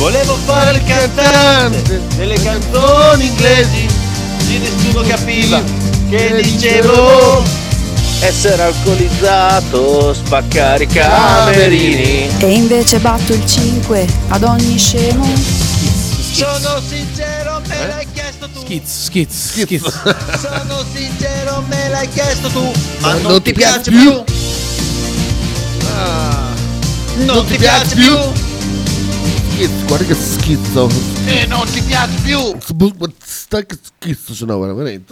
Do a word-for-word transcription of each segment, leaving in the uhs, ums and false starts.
Volevo fare il cantante delle canzoni inglesi, così nessuno capiva che dicevo. Essere alcolizzato, spaccare i camerini. E invece batto il cinque ad ogni scemo. Sono sincero, me l'hai chiesto tu. Schiz, schiz, schiz. Sono sincero, me l'hai chiesto tu. Ma non, non ti ti piace piace più. più. Ah, non ti piace più. Schizzo, guarda che schizzo. E non ti piace più. Stai che schizzo se no veramente.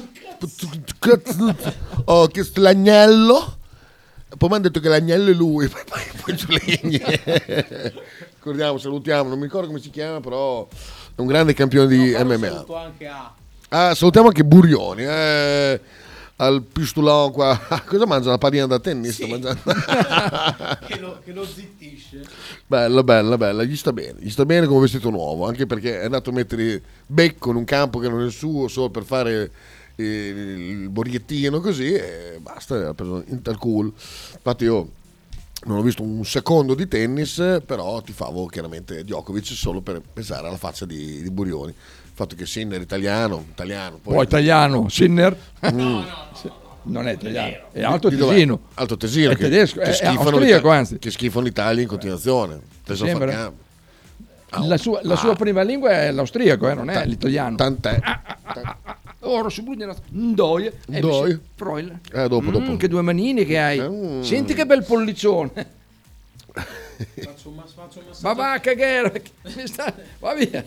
Ho chiesto l'agnello. Poi mi hanno detto che l'agnello è lui. Poi, poi giù legne. Ricordiamo, salutiamo, non mi ricordo come si chiama, però è un grande campione di No, M M A. saluto anche a... Ah, salutiamo anche Burioni, eh, al pistolone qua. Cosa mangia? La pallina da tennis? Sì. Sta mangiando? che, lo, che lo zittisce. Bella, bella, bella, gli sta bene, gli sta bene come vestito nuovo, anche perché è andato a mettere becco in un campo che non è il suo, solo per fare eh, il borghettino così e basta, ha preso Intercool. Infatti io non ho visto un secondo di tennis, però tifavo chiaramente Djokovic solo per pensare alla faccia di, di Burioni. Il fatto che Sinner è italiano, italiano. Poi, Poi italiano, Sinner? Mm. No, no, no, no. Non è italiano, è alto Di dov'è? tesino. Alto Tesino, È che, tedesco, che è schifano austriaco, l'Ita- anzi. che schifano l'Italia in continuazione. Adesso sembra? fa campo. La sua, la sua prima lingua è l'austriaco, eh, non è Ta- l'italiano. Tant'è. Ora su Brugno Ndoie. Ndoie. Freul. Eh, dopo, Mm, dopo. Che due manini che hai. Mm. Senti che bel pollicione. Faccio un, mas- faccio un massaggio. Ma va a cagare. Mi sta- Va via.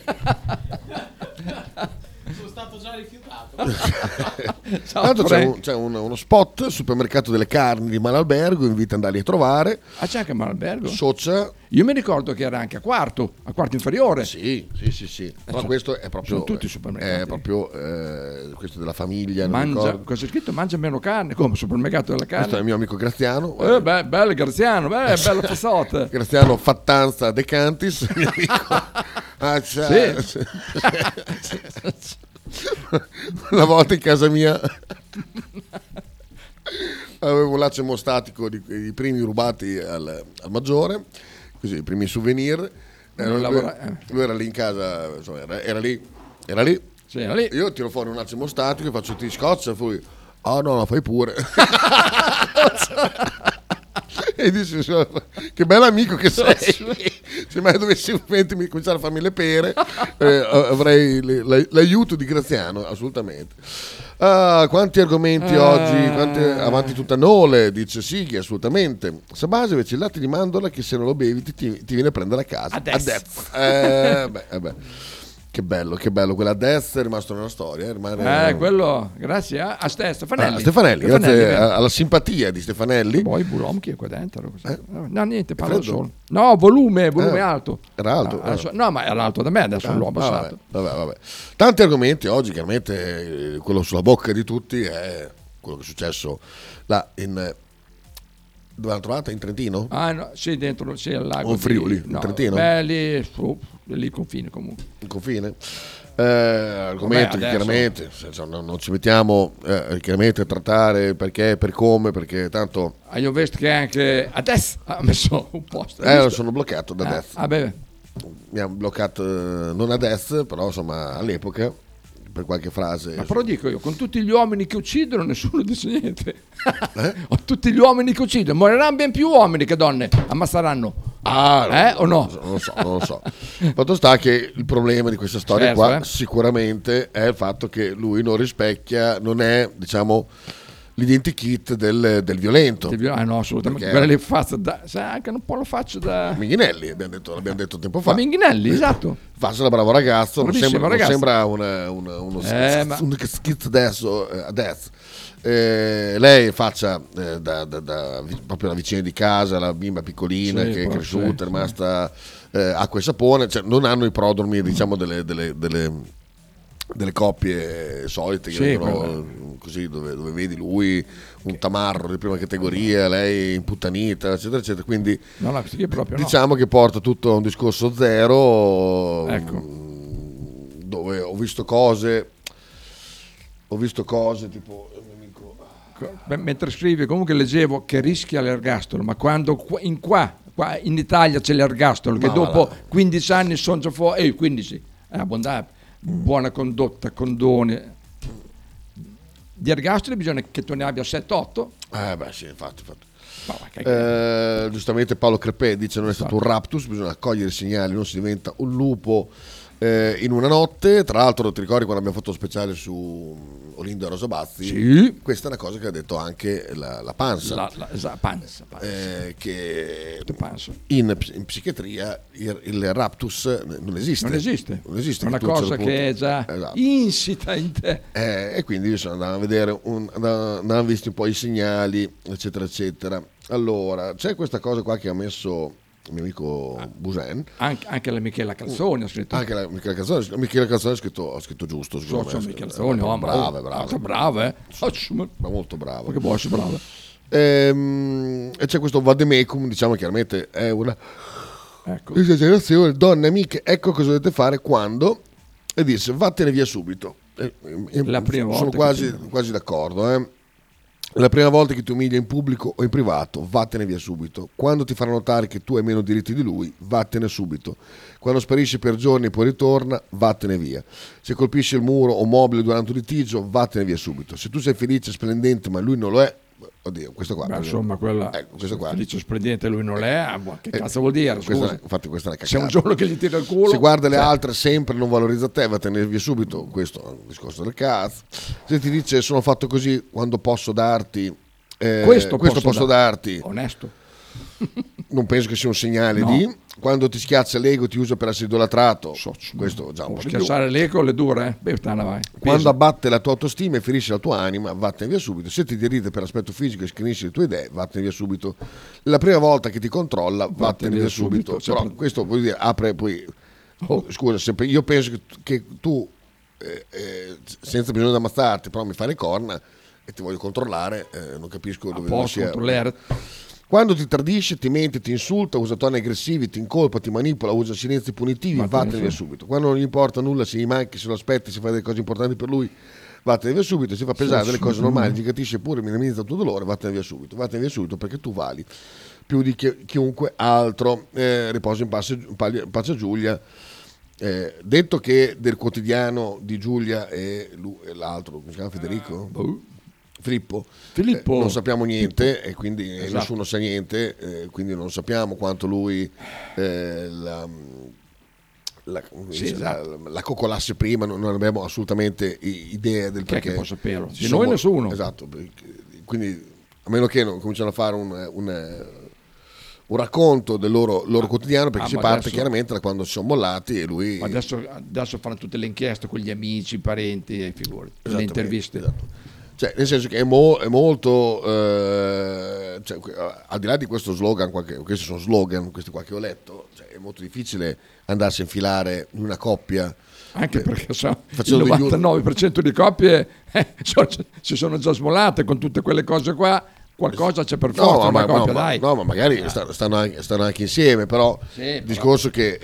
Sono stato già rifiutato. Ciao, Tanto c'è, Frank. un- c'è un- uno spot, supermercato delle carni di Malalbergo, invita ad andarli a trovare. Ah, c'è anche Malbergo. Socia. Io mi ricordo che era anche a quarto, a quarto inferiore. Sì, sì, sì, sì. Però cioè, questo è proprio. sono tutti supermercati. È proprio eh, questo della famiglia. Non Mangia, ricordo. cosa è scritto? Mangia meno carne, come supermercato della Questo è carne. il mio amico Graziano. Eh, beh, bello Graziano, beh, bello passato. Graziano Fattanza De Cantis, mio amico. Ah, c'è. Sì. Una volta in casa mia avevo un laccio emostatico di, i primi rubati al, al maggiore, così i primi souvenir. Eh, Non lui, lavora- eh. lui era lì in casa, insomma, era, era lì, era lì. Sì, era lì. Io tiro fuori un laccio emostatico e faccio ti scotch e poi ah no, no, fai pure. E dice che bello amico che sei. Se mai dovessi mi cominciare a farmi le pere eh, avrei le- la- l'aiuto di Graziano, assolutamente. Ah, quanti argomenti Ah. oggi, quanti, avanti tutta Nole, dice Sighi, assolutamente. Sabase invece il latte di mandorla che se non lo bevi ti, ti- ti viene a prendere a casa. Adesso. Adesso. Eh, beh, eh beh. Che bello, che bello, quella Adesso è rimasto nella storia. eh, Rimane, Eh, quello, grazie a, a Ste- Stefanelli. Ah, Stefanelli, grazie vero. a- alla simpatia di Stefanelli. Poi Bulom chi è qua dentro? Cos'è? Eh? No, niente, parla da freddo? solo. No, volume, volume Eh, alto. era alto, No, eh. adesso- no, ma era alto da me, adesso l'ho Ah, abbassato. vabbè, vabbè, vabbè. Tanti argomenti oggi, chiaramente eh, quello sulla bocca di tutti è quello che è successo là in eh, dove l'hanno trovata? In Trentino? Ah, no, sì, dentro, sì, al lago. O in di- Friuli, in no, Trentino? Beh, lì, oh, lì confine comunque. In confine? Eh, argomento Vabbè, che adesso- chiaramente se- se non, non ci mettiamo eh, chiaramente a trattare perché, per come, perché tanto Ah, io ho visto che anche adesso ha messo un posto. hai eh, visto? sono bloccato da Ah, Death. ah, beh, Mi hanno bloccato eh, non a Death, però insomma all'epoca per qualche frase. ma però dico io, con tutti gli uomini che uccidono nessuno dice niente. Eh? Ho tutti gli uomini che uccidono, moriranno ben più uomini che donne, ammazzeranno. Ah, Eh, o no? Non lo so, non lo so. Fatto sta che il problema di questa storia Certo, qua eh. sicuramente è il fatto che lui non rispecchia, non è, diciamo, l'identikit del, del violento. Ah no, assolutamente. Perché- Quella lì faccio da, sai, anche un po' lo faccio da Minghinelli, abbiamo detto, l'abbiamo detto tempo fa. Ma Minghinelli, esatto. Faccia da bravo ragazzo, non Bravissimo sembra, non ragazzo. sembra una, una- uno Eh, schizzo, ma- un schizzo adesso, eh, adesso. Eh, lei faccia eh, da, da- da- vi- proprio la vicina di casa, la bimba piccolina Sì, che è poi, cresciuta, sì, è rimasta eh, acqua e sapone, cioè, non hanno i prodromi diciamo delle, delle- delle- delle coppie solite che Sì, vengono quello. così dove, dove vedi lui un tamarro di prima categoria, lei imputtanita eccetera eccetera, quindi No, no, sì, proprio no. diciamo che porta tutto a un discorso zero, Ecco. mh, dove ho visto cose ho visto cose tipo il mio amico Beh, mentre scrivi comunque leggevo che rischia l'ergastolo, ma quando qua- in qua qua in Italia c'è l'ergastolo che Ma dopo voilà. quindici anni sono già fuori, eh, quindici, è abbondante, buona condotta, condone. Di ergastoli bisogna che tu ne abbia sette otto. Eh beh sì, infatti, infatti. Ma va, che- Eh, giustamente Paolo Crepè dice non è stato un raptus, bisogna cogliere i segnali, non si diventa un lupo eh, in una notte. Tra l'altro ti ricordi quando abbiamo fatto lo speciale su Olindo e Rosa Bazzi? Sì. Questa è una cosa che ha detto anche la, la Panza, La, la, esatto, panza, panza. eh, che Che panza. in, in psichiatria il, il raptus non esiste. Non esiste, Non esiste è una che tu a un cosa certo che è punto- già Esatto. insita in te. Eh, e quindi bisogna andare a vedere, un, andare- andare visti un po' i segnali, eccetera, eccetera. Allora, c'è questa cosa qua che ha messo il mio amico Busen. Anche, anche la Michela Calzoni ha scritto. Anche la Michele Calzone, Michele Calzone ha scritto, ha scritto giusto, secondo Socio me. Michela Calzoni, oh, brava, brava, brava, brava, eh. Socio, ma- ma molto brava. ma che può essere brava. Ehm, e c'è questo vademecum, diciamo chiaramente è una Ecco. esagerazione. Donne amiche, ecco cosa dovete fare quando, e disse vattene via subito. E- e- La prima sono volta quasi, che ti- quasi d'accordo, eh. La prima volta che ti umilia in pubblico o in privato, vattene via subito. Quando ti farà notare che tu hai meno diritti di lui, vattene subito. Quando sparisci per giorni e poi ritorna, vattene via. Se colpisci il muro o mobile durante un litigio, vattene via subito. Se tu sei felice, splendente, ma lui non lo è, oddio, questo qua. Beh, insomma, quella Ecco, questo qua. felice splendente lui non è, ah, boh, che Eh, cazzo vuol dire? questa Scusa. è- infatti questa è una Se un cacata. giorno che gli tira il culo. Se guarda le cioè, altre sempre non valorizza te, vattene via subito. Questo è un discorso del cazzo. Se ti dice sono fatto così quando posso darti, eh, Questo, questo posso posso dar- darti, Onesto. non penso che sia un segnale No. di. Quando ti schiaccia l'ego ti usa per essere idolatrato, Socio. questo già un Può po' di più. schiacciare l'eco le dure, eh? Beh, tana, vai. Quando Pesa. abbatte la tua autostima e ferisce la tua anima, vattene via subito. Se ti deride per aspetto fisico e scrinisce le tue idee, vattene via subito. La prima volta che ti controlla, vattene, via subito. subito. Però questo vuol dire, apre poi. Oh. Scusa, sempre, io penso che, che tu, eh, eh, senza bisogno di ammazzarti, però mi fai le corna e ti voglio controllare, eh, non capisco dove dove Posso sia. controllare. Quando ti tradisce, ti mente, ti insulta, usa toni aggressivi, ti incolpa, ti manipola, usa silenzi punitivi, Ma vattene te ne via frega. subito. Quando non gli importa nulla, se gli manchi, se lo aspetti, se fai delle cose importanti per lui, vattene via subito. Se fa pesare delle cose normali, gigantisce pure, minimizza il tuo dolore, vattene via subito. Vattene via subito perché tu vali più di chi- chiunque altro. Eh, riposa in pace, in pace Giulia. Eh, detto che del quotidiano di Giulia e, lui, e l'altro, come si chiama Federico? Boh. Filippo, Filippo. Eh, non sappiamo niente e quindi Esatto. nessuno sa niente, eh, quindi non sappiamo quanto lui eh, la, la, come Sì, dice, esatto. la, la coccolasse prima, non, non abbiamo assolutamente i- idea del Chi è perché. che può saperlo? ci Di sono- noi nessuno. Esatto, perché- quindi a meno che non cominciano a fare un, un, un racconto del loro, loro quotidiano, perché ah, si ma parte adesso- chiaramente da quando si sono mollati e lui... Ma adesso, adesso fanno tutte le inchieste con gli amici, i parenti e figure, le Esattamente, interviste. esatto. Cioè, nel senso che è, mo- è molto, eh, cioè, que- al di là di questo slogan, qualche- questi sono slogan, questi qua che ho letto, cioè, è molto difficile andarsi a infilare in una coppia. Anche eh, perché so, il facendo degli- novantanove per cento di coppie eh, so- si sono già smollate con tutte quelle cose qua. Qualcosa c'è per forza, No, una ma, coppia, no, ma- dai. no, ma magari sta- stanno, anche, stanno anche insieme, però Sì, il però- discorso è che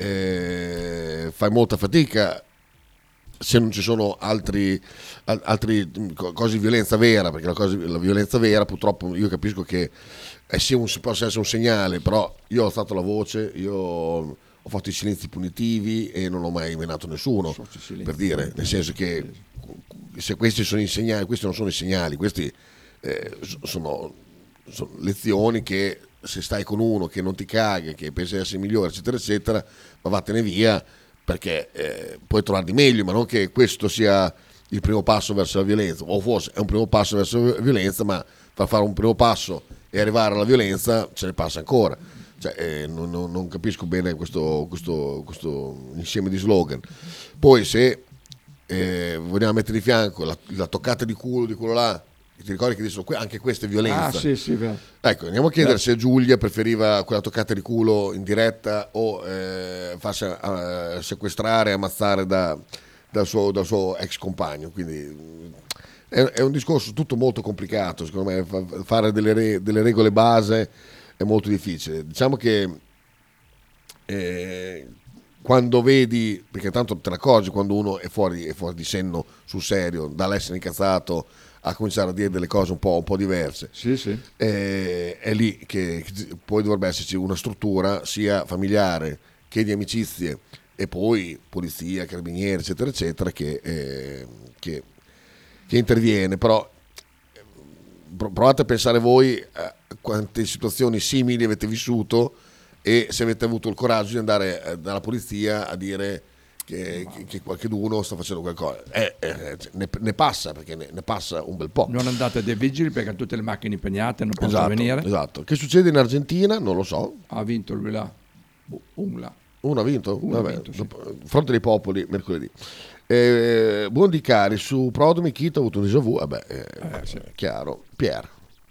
eh, fai molta fatica se non ci sono altri, al- altri mm, co- cose di violenza vera, perché la, cosa, la violenza vera purtroppo io capisco che è sì un, possa essere un segnale, però io ho alzato la voce, io ho fatto i silenzi punitivi e non ho mai menato nessuno, So, ci silenzi per dire, nel senso che se questi sono i segnali, questi non sono i segnali, questi eh, sono, sono lezioni che se stai con uno che non ti caga, che pensa di essere migliore, eccetera, eccetera, ma vattene via, perché eh, puoi trovare di meglio, ma non che questo sia il primo passo verso la violenza, o forse è un primo passo verso la violenza, ma far fare un primo passo e arrivare alla violenza ce ne passa ancora. Cioè, eh, non, non- non capisco bene questo, questo- questo insieme di slogan. Poi se eh, vogliamo mettere di fianco la, la toccata di culo di quello là, ti ricordi che dicono que- anche questa è violenza? Ah, sì, sì, vero. Ecco, andiamo a chiedere se Giulia preferiva quella toccata di culo in diretta o eh, farsi eh, sequestrare e ammazzare da- dal, suo, dal suo ex compagno. Quindi mh, è, è un discorso tutto molto complicato, secondo me, fa- fare delle, re- delle regole base è molto difficile. Diciamo che eh, quando vedi, perché tanto te ne accorgi quando uno è fuori, è fuori di senno sul serio, dall'essere incazzato a cominciare a dire delle cose un po', un po' diverse. Sì, sì. Eh, è lì che, che poi dovrebbe esserci una struttura sia familiare che di amicizie e poi polizia, carabinieri, eccetera, eccetera, che, eh, che, che interviene. Però eh, provate a pensare voi a quante situazioni simili avete vissuto e se avete avuto il coraggio di andare dalla polizia a dire che, che, che qualcuno sta facendo qualcosa. Eh, eh, ne, ne passa, perché ne, ne passa un bel po'. Non andate dai vigili perché hanno tutte le macchine impegnate, non possono Esatto, venire. esatto. Che succede in Argentina? Non lo so. Ha vinto lui là. Un là. Uno ha vinto? Uno ha Vabbè, vinto, sì. dopo- Fronte dei Popoli, mercoledì. Eh, buon di cari, su Prodomi, Chito ha avuto un déjà vu. Vabbè, eh, Eh, sì. chiaro. Pier.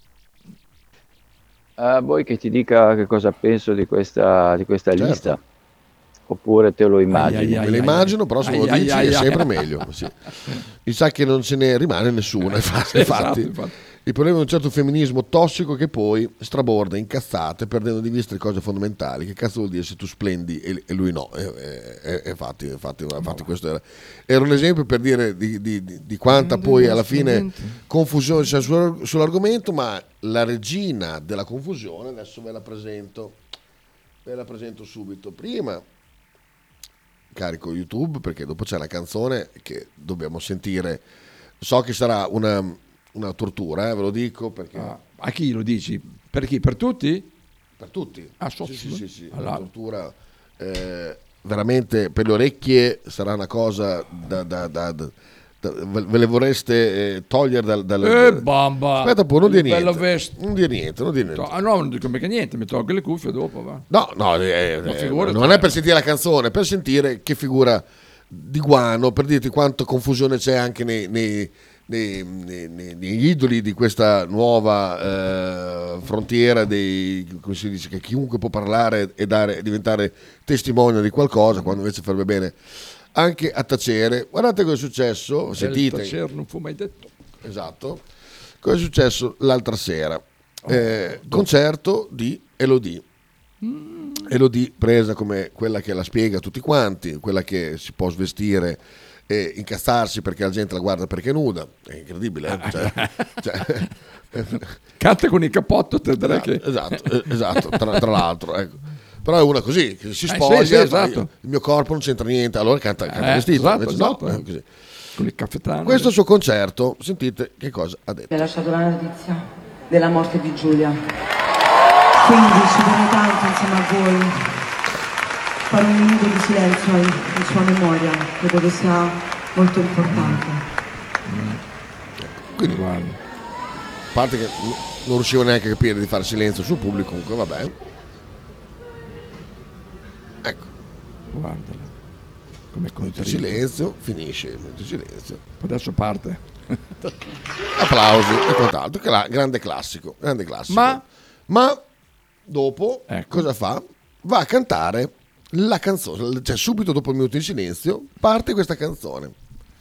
Ah, vuoi che ti dica che cosa penso di questa, di questa Certo. lista? Oppure te lo immagini? Ai, ai, Me ai, lo immagino, però se ai, me lo ai, dici ai, è ai. sempre meglio. Sì. Mi sa che non se ne rimane nessuno. Infatti, Esatto, infatti. infatti. Il problema è un certo femminismo tossico che poi straborda incazzate perdendo di vista le cose fondamentali. Che cazzo vuol dire se tu splendi e, e lui no? E, e- e infatti, infatti, infatti questo era, era un esempio per dire di, di- di- di quanta poi alla fine confusione c'è sul- sull'argomento, ma la regina della confusione adesso ve la presento. Ve la presento subito. Prima carico YouTube perché dopo c'è la canzone che dobbiamo sentire. So che sarà una una tortura, eh, ve lo dico perché Ah, a chi lo dici? Per chi? Per tutti? per tutti. Ah, so- sì, sì, sì, sì, allora. una tortura eh, veramente per le orecchie sarà una cosa da, da- da- da- da- ve ve le vorreste eh, togliere dal, dal, Eh, dal- bamba! Aspetta pure, non dire Bello niente. vest- Non dire niente, non dire niente. Ah no, non dico mica niente, mi tolgo le cuffie dopo, va. No, no, eh, Ma eh, figurati. non è per sentire la canzone, è per sentire che figura di guano, per dirti quanto confusione c'è anche nei, nei- nei- nei- nei- negli idoli di questa nuova eh, frontiera dei, come si dice, che chiunque può parlare e dare, diventare testimone di qualcosa, quando invece farebbe bene anche a tacere. Guardate cosa è successo, sentite. Il tacer non fu mai detto. Esatto. Cosa è successo l'altra sera? Eh, concerto di Elodie. Elodie presa come quella che la spiega a tutti quanti, quella che si può svestire e incazzarsi perché la gente la guarda perché è nuda. È incredibile, eh? Cioè, cioè, Canta con il cappotto, te direi che... esatto, eh, esatto, tra, tra l'altro, ecco. Però è una così, che si Eh, spoglia, sì, sì, fa, esatto. io- il mio corpo non c'entra niente, allora canta, canta Eh, vestito. esatto, Invece esatto. no, è così. Con il caffettano. Questo è il suo concerto, sentite che cosa ha detto. Mi ha lasciato la notizia della morte di Giulia. Quindi ci tiene tanto insieme a voi fare un minuto di silenzio in, in sua memoria, credo che sia molto importante. Quindi, Guarda. a parte che n- non riuscivo neanche a capire di fare silenzio sul pubblico, comunque vabbè. Ecco, Guardala. Come il conta. silenzio finisce, il silenzio. Adesso parte. Applausi e quant'altro, che la- grande classico, grande classico. Ma- Ma dopo Ecco. cosa fa? Va a cantare la canzone, cioè subito dopo il minuto di silenzio parte questa canzone.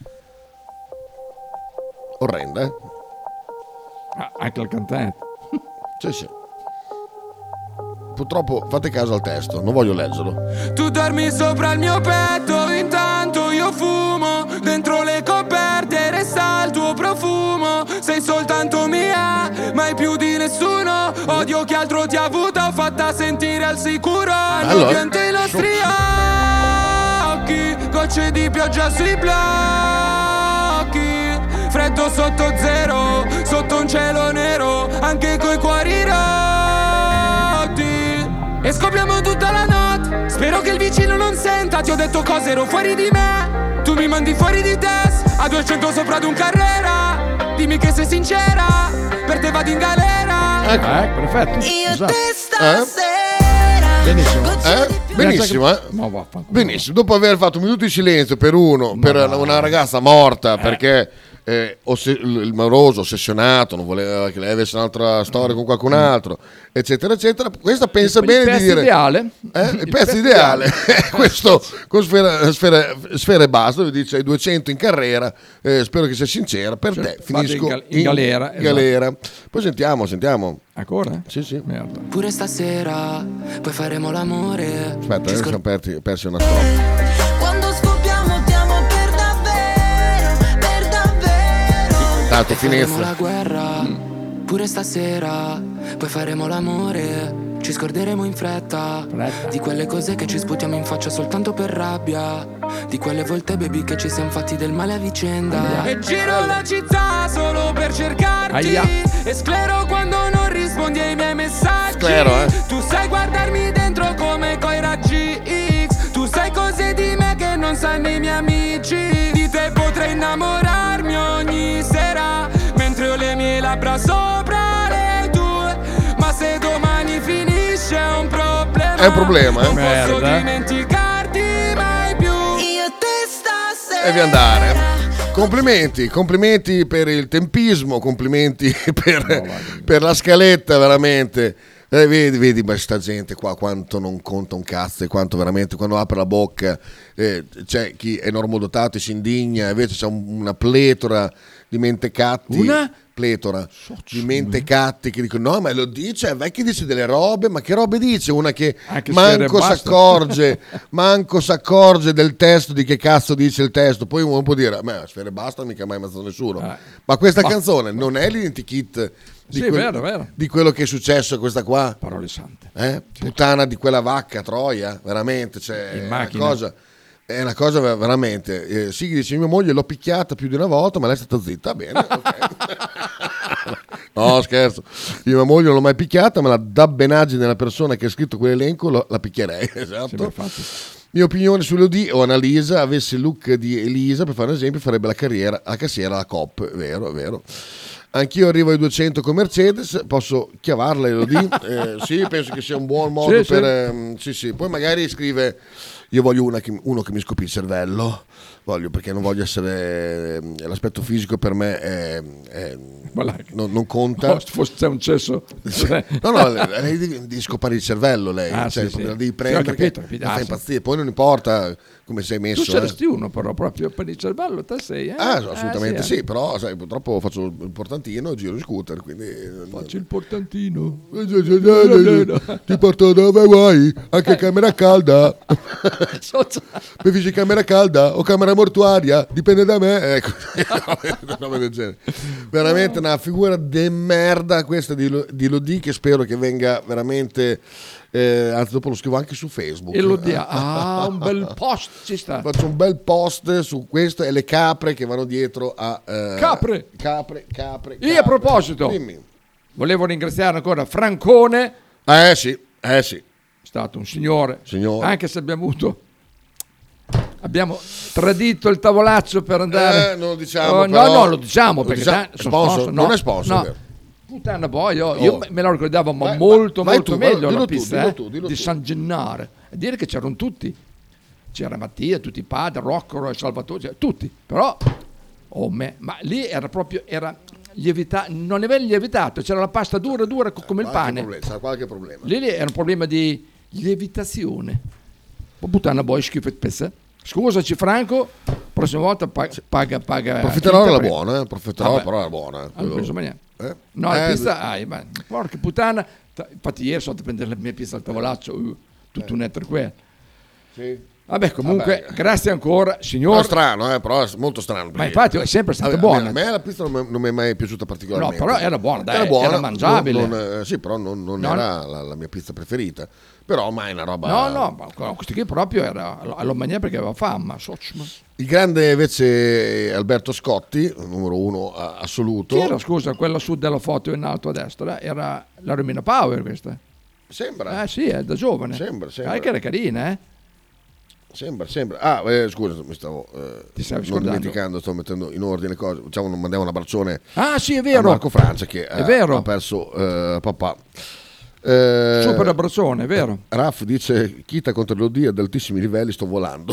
Orrenda, eh? Ah, anche il cantante. Sì, sì. Purtroppo fate caso al testo, non voglio leggerlo. Tu dormi sopra il mio petto, intanto io fumo. Dentro le coperte resta il tuo profumo. Sei soltanto mia, mai più di nessuno. Odio che altro ti ha avuto, fatta sentire al sicuro. Hanno Allora. pianto i nostri occhi, gocce di pioggia sui blocchi. Freddo sotto zero, sotto un cielo nero, anche coi cuori rotti. E scopriamo tutta la notte, spero che il vicino non senta. Ti ho detto cose, ero fuori di me, tu mi mandi fuori di testa. A duecento sopra ad un Carrera, dimmi che sei sincera, per te vado in galera. Ecco, Eh, perfetto. Io Esatto. te stasera. Benissimo. eh? Benissimo, eh? Ma vaffanculo. Benissimo, dopo aver fatto un minuto di silenzio per uno, per va. una ragazza morta perché eh, osse- il moroso, ossessionato, non voleva che lei avesse un'altra storia con qualcun altro, eccetera, eccetera. Questa pensa Il bene di pezzo dire... ideale. Eh, il, pezzo ideale, questo con sfera, sfera, sfera e basta, lui dice ai duecento in carriera, eh, spero che sia sincera, per Cioè, te vado finisco in gal- in galera, esatto. galera. Poi sentiamo, sentiamo. Ancora? Sì, sì. Merda. Pure stasera, poi faremo l'amore. Aspetta, Ci eh, scor- siamo persi, persi una strofa. Quando scoppiamo, diamo per davvero, per davvero. Esatto, e faremo finestra. la guerra pure stasera, poi faremo l'amore, ci scorderemo in fretta di quelle cose che ci sputiamo in faccia soltanto per rabbia, di quelle volte baby che ci siamo fatti del male a vicenda. E giro la città solo per cercarti. Aia. E sclero quando non rispondi ai miei messaggi. Sclero, eh. Tu sai guardarmi dentro come coi raggi X. Tu sai cose di me che non sanno i miei amici. Di te potrei innamorarmi ogni sera, mentre ho le mie labbra sopra le tue. Ma se domani finisce è un problema. È un problema, eh. Non Merda. posso dimenticarti mai più. Io te stasera. Devi andare. Complimenti, complimenti per il tempismo, complimenti per, per la scaletta, veramente. Eh, vedi, vedi, ma sta gente qua quanto non conta un cazzo e quanto veramente quando apre la bocca eh, c'è chi è normodotato e si indigna, invece c'è un- una pletora di mentecatti. Una? Pletora di mentecatti che dicono no ma lo dice, è che dice delle robe, ma che robe dice? Una che Anche manco se si basta. accorge manco si accorge del testo, di che cazzo dice il testo. Poi uno può dire ma sfere basta, mica mai ammazzato nessuno. Eh. Ma questa Ma- canzone non è l'identikit di, Sì, quel- vero, vero. di quello che è successo a questa qua, Parole sante. eh? Puttana di quella vacca troia, veramente, cioè, In è una macchina. cosa, è una cosa ver- veramente. Eh, sì, dice mia moglie l'ho picchiata più di una volta, ma lei è stata zitta. Bene, ok. No, scherzo. Io mia moglie non l'ho mai picchiata, ma la dabbenaggine della persona che ha scritto quell'elenco lo- la picchierei. Esatto. Sì, beh, infatti. Mia opinione sull'O D o Annalisa avesse il look di Elisa, per fare un esempio, farebbe la carriera, la cassiera alla Coop, è vero, è vero. Anch'io arrivo ai duecento con Mercedes, posso chiavarla Elodie? Eh, sì, penso che sia un buon modo Sì, per... sì. ehm, sì, sì. Poi magari scrive, io voglio una che- uno che mi scopi il cervello, voglio perché non voglio essere... ehm, l'aspetto fisico per me è, è- Voilà. non, non conta. Oh, se fosse un cesso. No, no, lei lei devi, devi scopare il cervello, lei, Ah, cioè, sì, sì. la devi Sì, prendere, ho capito, perché ho capito. la Ah, fa sì. impazzire. Poi non importa come sei messo. Tu eh. saresti uno però proprio per il cervello, te sei, eh? Ah, assolutamente Eh, sì, eh. però sai, purtroppo faccio il portantino e giro in scooter, quindi Faccio il portantino. ti porto dove vuoi, anche camera calda. Preferisci camera calda o camera mortuaria? Dipende da me. Ecco, una roba del genere. Veramente una figura de merda questa di, Lo- di Lodi, che spero che venga veramente. Eh, anzi, dopo lo scrivo anche su Facebook. E lo dia. Ah, un bel post ci sta. Faccio un bel post su questo e le capre che vanno dietro a eh, Capre. capre, capre. E a capre. proposito, Dimmi. volevo ringraziare ancora Francone, Eh sì, eh sì. è stato un signore, Signore. anche se abbiamo avuto abbiamo tradito il tavolaccio per andare Eh, non lo diciamo, Oh, però- no, no, lo diciamo lo perché diciamo. ta- sono Sponsor? sponsor, Non no, è sponsor, no. vero? Puttana boia, io, io Oh. me- me la ricordavo ma Vai, molto vai molto tu, meglio dillo la tu, pista dillo eh, tu, dillo di tu. San Gennaro, a dire che c'erano tutti, c'era Mattia, tutti i padri, Rocco, Salvatore, cioè, tutti, però oh, me, ma lì era proprio era lievita- non aveva lievitato, c'era la pasta dura dura co- come il Qualche pane. problema, c'è qualche problema. Lì, lì era un problema di lievitazione. Ma puttana boia, schifo di pezza. Scusaci Franco, prossima volta pa- paga paga. Profiterò alla interprete. buona, eh, profiterò Vabbè. però alla buona. eh. Hanno preso maniera. Eh? No, la Eh, pizza, ah, ma, porca puttana. Ta- Infatti ieri sono andato a prendere la mia pizza al tavolaccio, uh, tutto un ettaro qui. sì. Vabbè, comunque, Vabbè. grazie ancora, No, signor. strano, eh, però è molto strano. Ma perché- infatti è sempre stata A me- buona. A me la pizza non mi- non mi è mai piaciuta particolarmente. No, però era buona, dai, era, buona, era mangiabile. non- non, eh, sì, però non, non No, era la, la mia pizza preferita. Però mai una roba... No, no, ma questo qui proprio era alla maniera perché aveva fame. socio, ma- Il grande invece Alberto Scotti, numero uno a- assoluto. Chi era, scusa, quella su della foto in alto a destra? Era la Romina Power questa. Sembra, Eh sì, è da giovane. Sembra, sembra. Ah, che era carina, eh? sembra, sembra. Ah, eh, scusa, mi stavo eh, Ti stavi non scordando. dimenticando, sto mettendo in ordine le cose. Diciamo, non mandiamo un abbraccione Ah sì, è a vero. Marco Francia che È ha, vero. ha perso eh, papà. Eh, Super abbraccione, è vero. Raff dice Chita contro l'O D ad altissimi livelli, sto volando.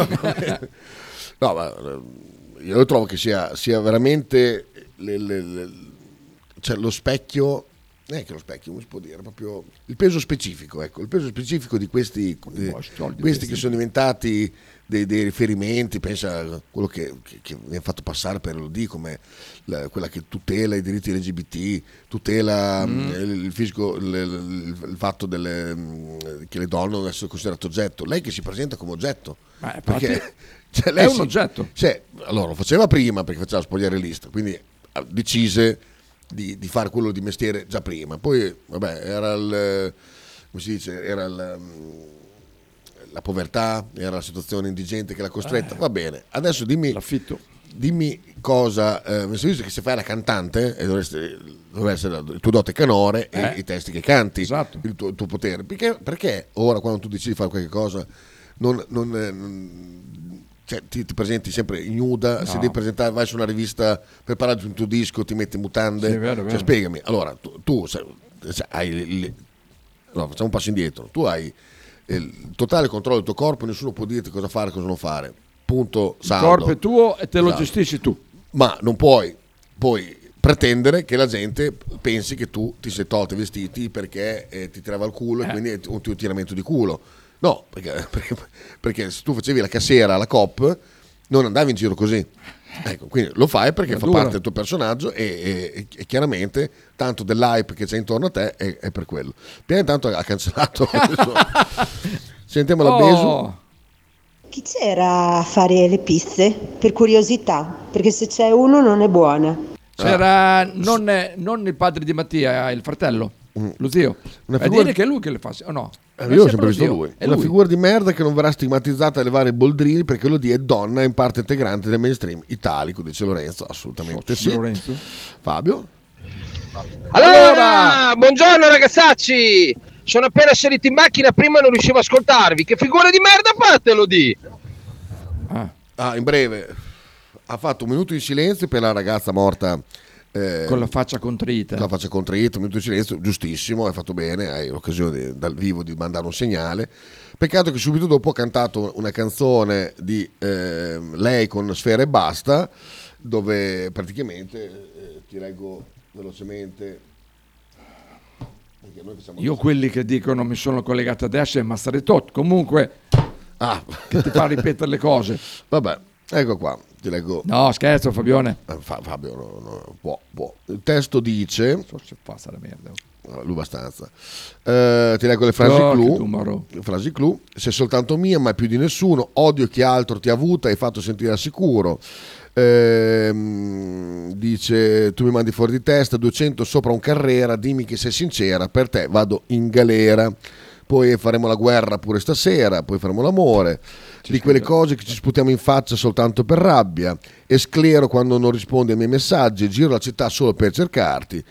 No, ma eh, io trovo che sia, sia veramente le- le- le- cioè lo specchio, neanche lo specchio, come si può dire, proprio il peso specifico, ecco, il peso specifico di questi, eh, questi che sono diventati dei, dei riferimenti. Pensa a quello che, che, che viene fatto passare per l'O D come la- quella che tutela i diritti L G B T, tutela Mm. mh, il, il fisico, il, il- il fatto delle, mh, che le donne devono essere considerate oggetto. Lei che si presenta come oggetto, Ma infatti perché cioè, lei è un si- oggetto. cioè, allora lo faceva prima perché faceva spogliare lista, quindi decise di, di fare quello di mestiere già prima. Poi, vabbè, era il, come si dice, era il, la povertà, era la situazione indigente che l'ha costretta. Eh. Va bene, adesso dimmi, l'affitto. Dimmi cosa, eh, mi dice che se fai la cantante e dovresti, dovrebbe essere il tuo dote canore eh. e i testi che canti, esatto. il, tuo, il tuo potere. Perché, perché ora quando tu decidi di fare qualche cosa non, non, non cioè, ti, ti presenti sempre ignuda, no. Se devi presentare, vai su una rivista per parlare di un tuo disco, ti metti in mutande, sì, è vero, è vero. Cioè, spiegami, allora tu, tu sai, hai il, no, facciamo un passo indietro, tu hai il totale controllo del tuo corpo, nessuno può dirti cosa fare e cosa non fare. Punto, saldo. Il corpo è tuo e te lo Saldo. gestisci tu. Ma non puoi poi pretendere che la gente pensi che tu ti sei tolto i vestiti perché eh, ti tirava il culo eh. e quindi è un tuo tiramento di culo. No, perché, perché, perché se tu facevi la cassiera alla Coop non andavi in giro così. Ecco, quindi lo fai perché è fa dura. parte del tuo personaggio e, e, e chiaramente tanto dell'hype che c'è intorno a te è, è per quello. Piano intanto ha cancellato. Sentiamo la oh. Besu. Chi c'era a fare le pizze? Per curiosità, perché se c'è uno non è buona. C'era ah. non, non il padre di Mattia, il fratello, mm. lo zio. Una figura... A dire che è lui che le fa, o no? Eh, io ho sempre visto lui. È una lui. figura di merda che non verrà stigmatizzata a levare i boldrini perché lo di è donna in parte integrante del mainstream italico, dice Lorenzo. Assolutamente sì. Lorenzo. Fabio? Allora, buongiorno ragazzacci. Sono appena salito in macchina, prima non riuscivo a ascoltarvi. Che figura di merda fate, lo di? Ah. ah, in breve, ha fatto un minuto di silenzio per la ragazza morta. Eh, con la faccia contrita. Con la faccia contrita, un minuto di silenzio, giustissimo, hai fatto bene, hai l'occasione di, dal vivo di mandare un segnale. Peccato che subito dopo ha cantato una canzone di eh, lei con Sfera e Basta, dove praticamente, eh, ti leggo velocemente... Io quelli che dicono mi sono collegato adesso è Massaretot, comunque ah. che ti fa ripetere le cose. Vabbè, ecco qua, ti leggo. No, scherzo Fabione. Eh, Fabio, no, no, può, può. Il testo dice... Non so se passa la merda. No, lui abbastanza. Eh, ti leggo le frasi oh, clou. Le frasi clou. Sei soltanto mia, ma più di nessuno. Odio chi altro ti ha avuta e hai fatto sentire al sicuro. Ehm, dice tu mi mandi fuori di testa, duecento sopra un Carrera, dimmi che sei sincera, per te vado in galera, poi faremo la guerra pure stasera, poi faremo l'amore, ci di quelle cose che ci sputiamo in faccia soltanto per rabbia, e sclero quando non rispondi ai miei messaggi, giro la città solo per cercarti,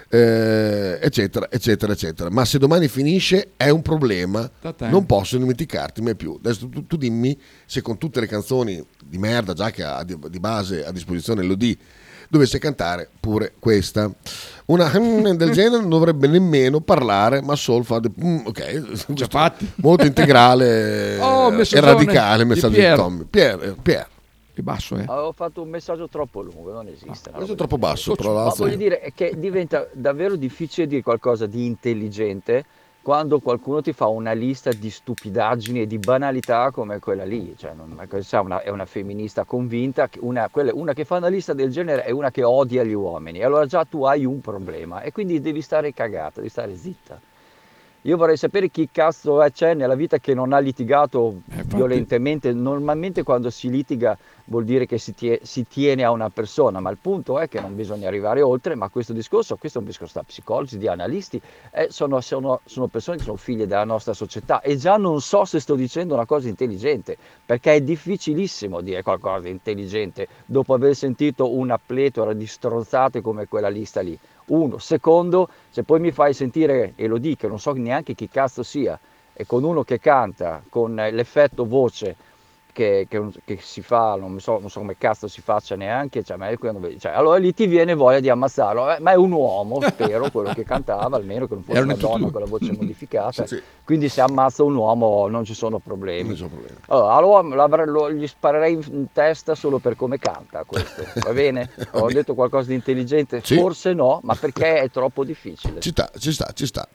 eh, eccetera eccetera eccetera. Ma se domani finisce è un problema, non posso dimenticarti mai più. Adesso tu, tu dimmi se con tutte le canzoni di merda già che ha di, di base a disposizione l'O D dovesse cantare pure questa, una del genere non dovrebbe nemmeno parlare, ma solo fa de, mm, ok, già fatti. Molto integrale oh, e radicale il messaggio di, di Tommy Pier, Pier. Che basso è? Avevo fatto un messaggio troppo lungo, non esiste. Ah, questo è troppo basso, però ma voglio dire è che diventa davvero difficile dire qualcosa di intelligente quando qualcuno ti fa una lista di stupidaggini e di banalità come quella lì. Cioè, non, è, una, è una femminista convinta, una, quella, una che fa una lista del genere è una che odia gli uomini. E allora già tu hai un problema e quindi devi stare cagata, devi stare zitta. Io vorrei sapere chi cazzo c'è nella vita che non ha litigato eh, violentemente. Normalmente quando si litiga vuol dire che si, tie- si tiene a una persona, ma il punto è che non bisogna arrivare oltre. Ma questo discorso, questo è un discorso da psicologi, di analisti, eh, sono, sono, sono persone che sono figlie della nostra società, e già non so se sto dicendo una cosa intelligente, perché è difficilissimo dire qualcosa di intelligente dopo aver sentito una pletora di stronzate come quella lista lì. Uno, secondo, se poi mi fai sentire, e lo dico, non so neanche chi cazzo sia, e con uno che canta con l'effetto voce che, che, che si fa, non so, non so come cazzo si faccia neanche, cioè, ma è, cioè, allora lì ti viene voglia di ammazzarlo, eh, ma è un uomo, spero, quello che cantava, almeno che non fosse una donna con la voce modificata, sì, sì. Quindi se ammazza un uomo non ci sono problemi. Non ci sono problemi. Allora, allora lo, gli sparerei in testa solo per come canta questo, va bene? Ho detto qualcosa di intelligente? Sì. Forse no, ma perché è troppo difficile. Ci sta, ci sta, ci sta.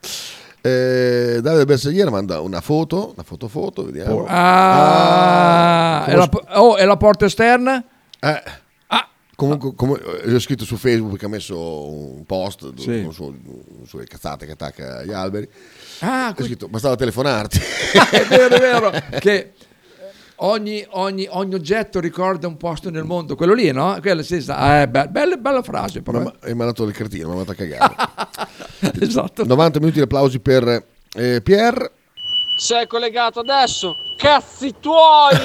Eh, Davide Bersagliera manda una foto, una foto foto, vediamo. Ah, ah è, la, oh, è la porta esterna? Eh, ah, comunque, come, ho scritto su Facebook perché ha messo un post sì. su, su, sulle cazzate che attacca agli alberi. Ah, ho scritto, bastava telefonarti. È vero, è vero. Che ogni, ogni, ogni oggetto ricorda un posto nel mondo, quello lì, no? Quella stessa, eh, be- bella, bella frase però. Ma, hai mandato il cretino, mi ha mandato a cagare. Esatto. novanta minuti di applausi per eh, Pier. Sei collegato adesso? Cazzi tuoi!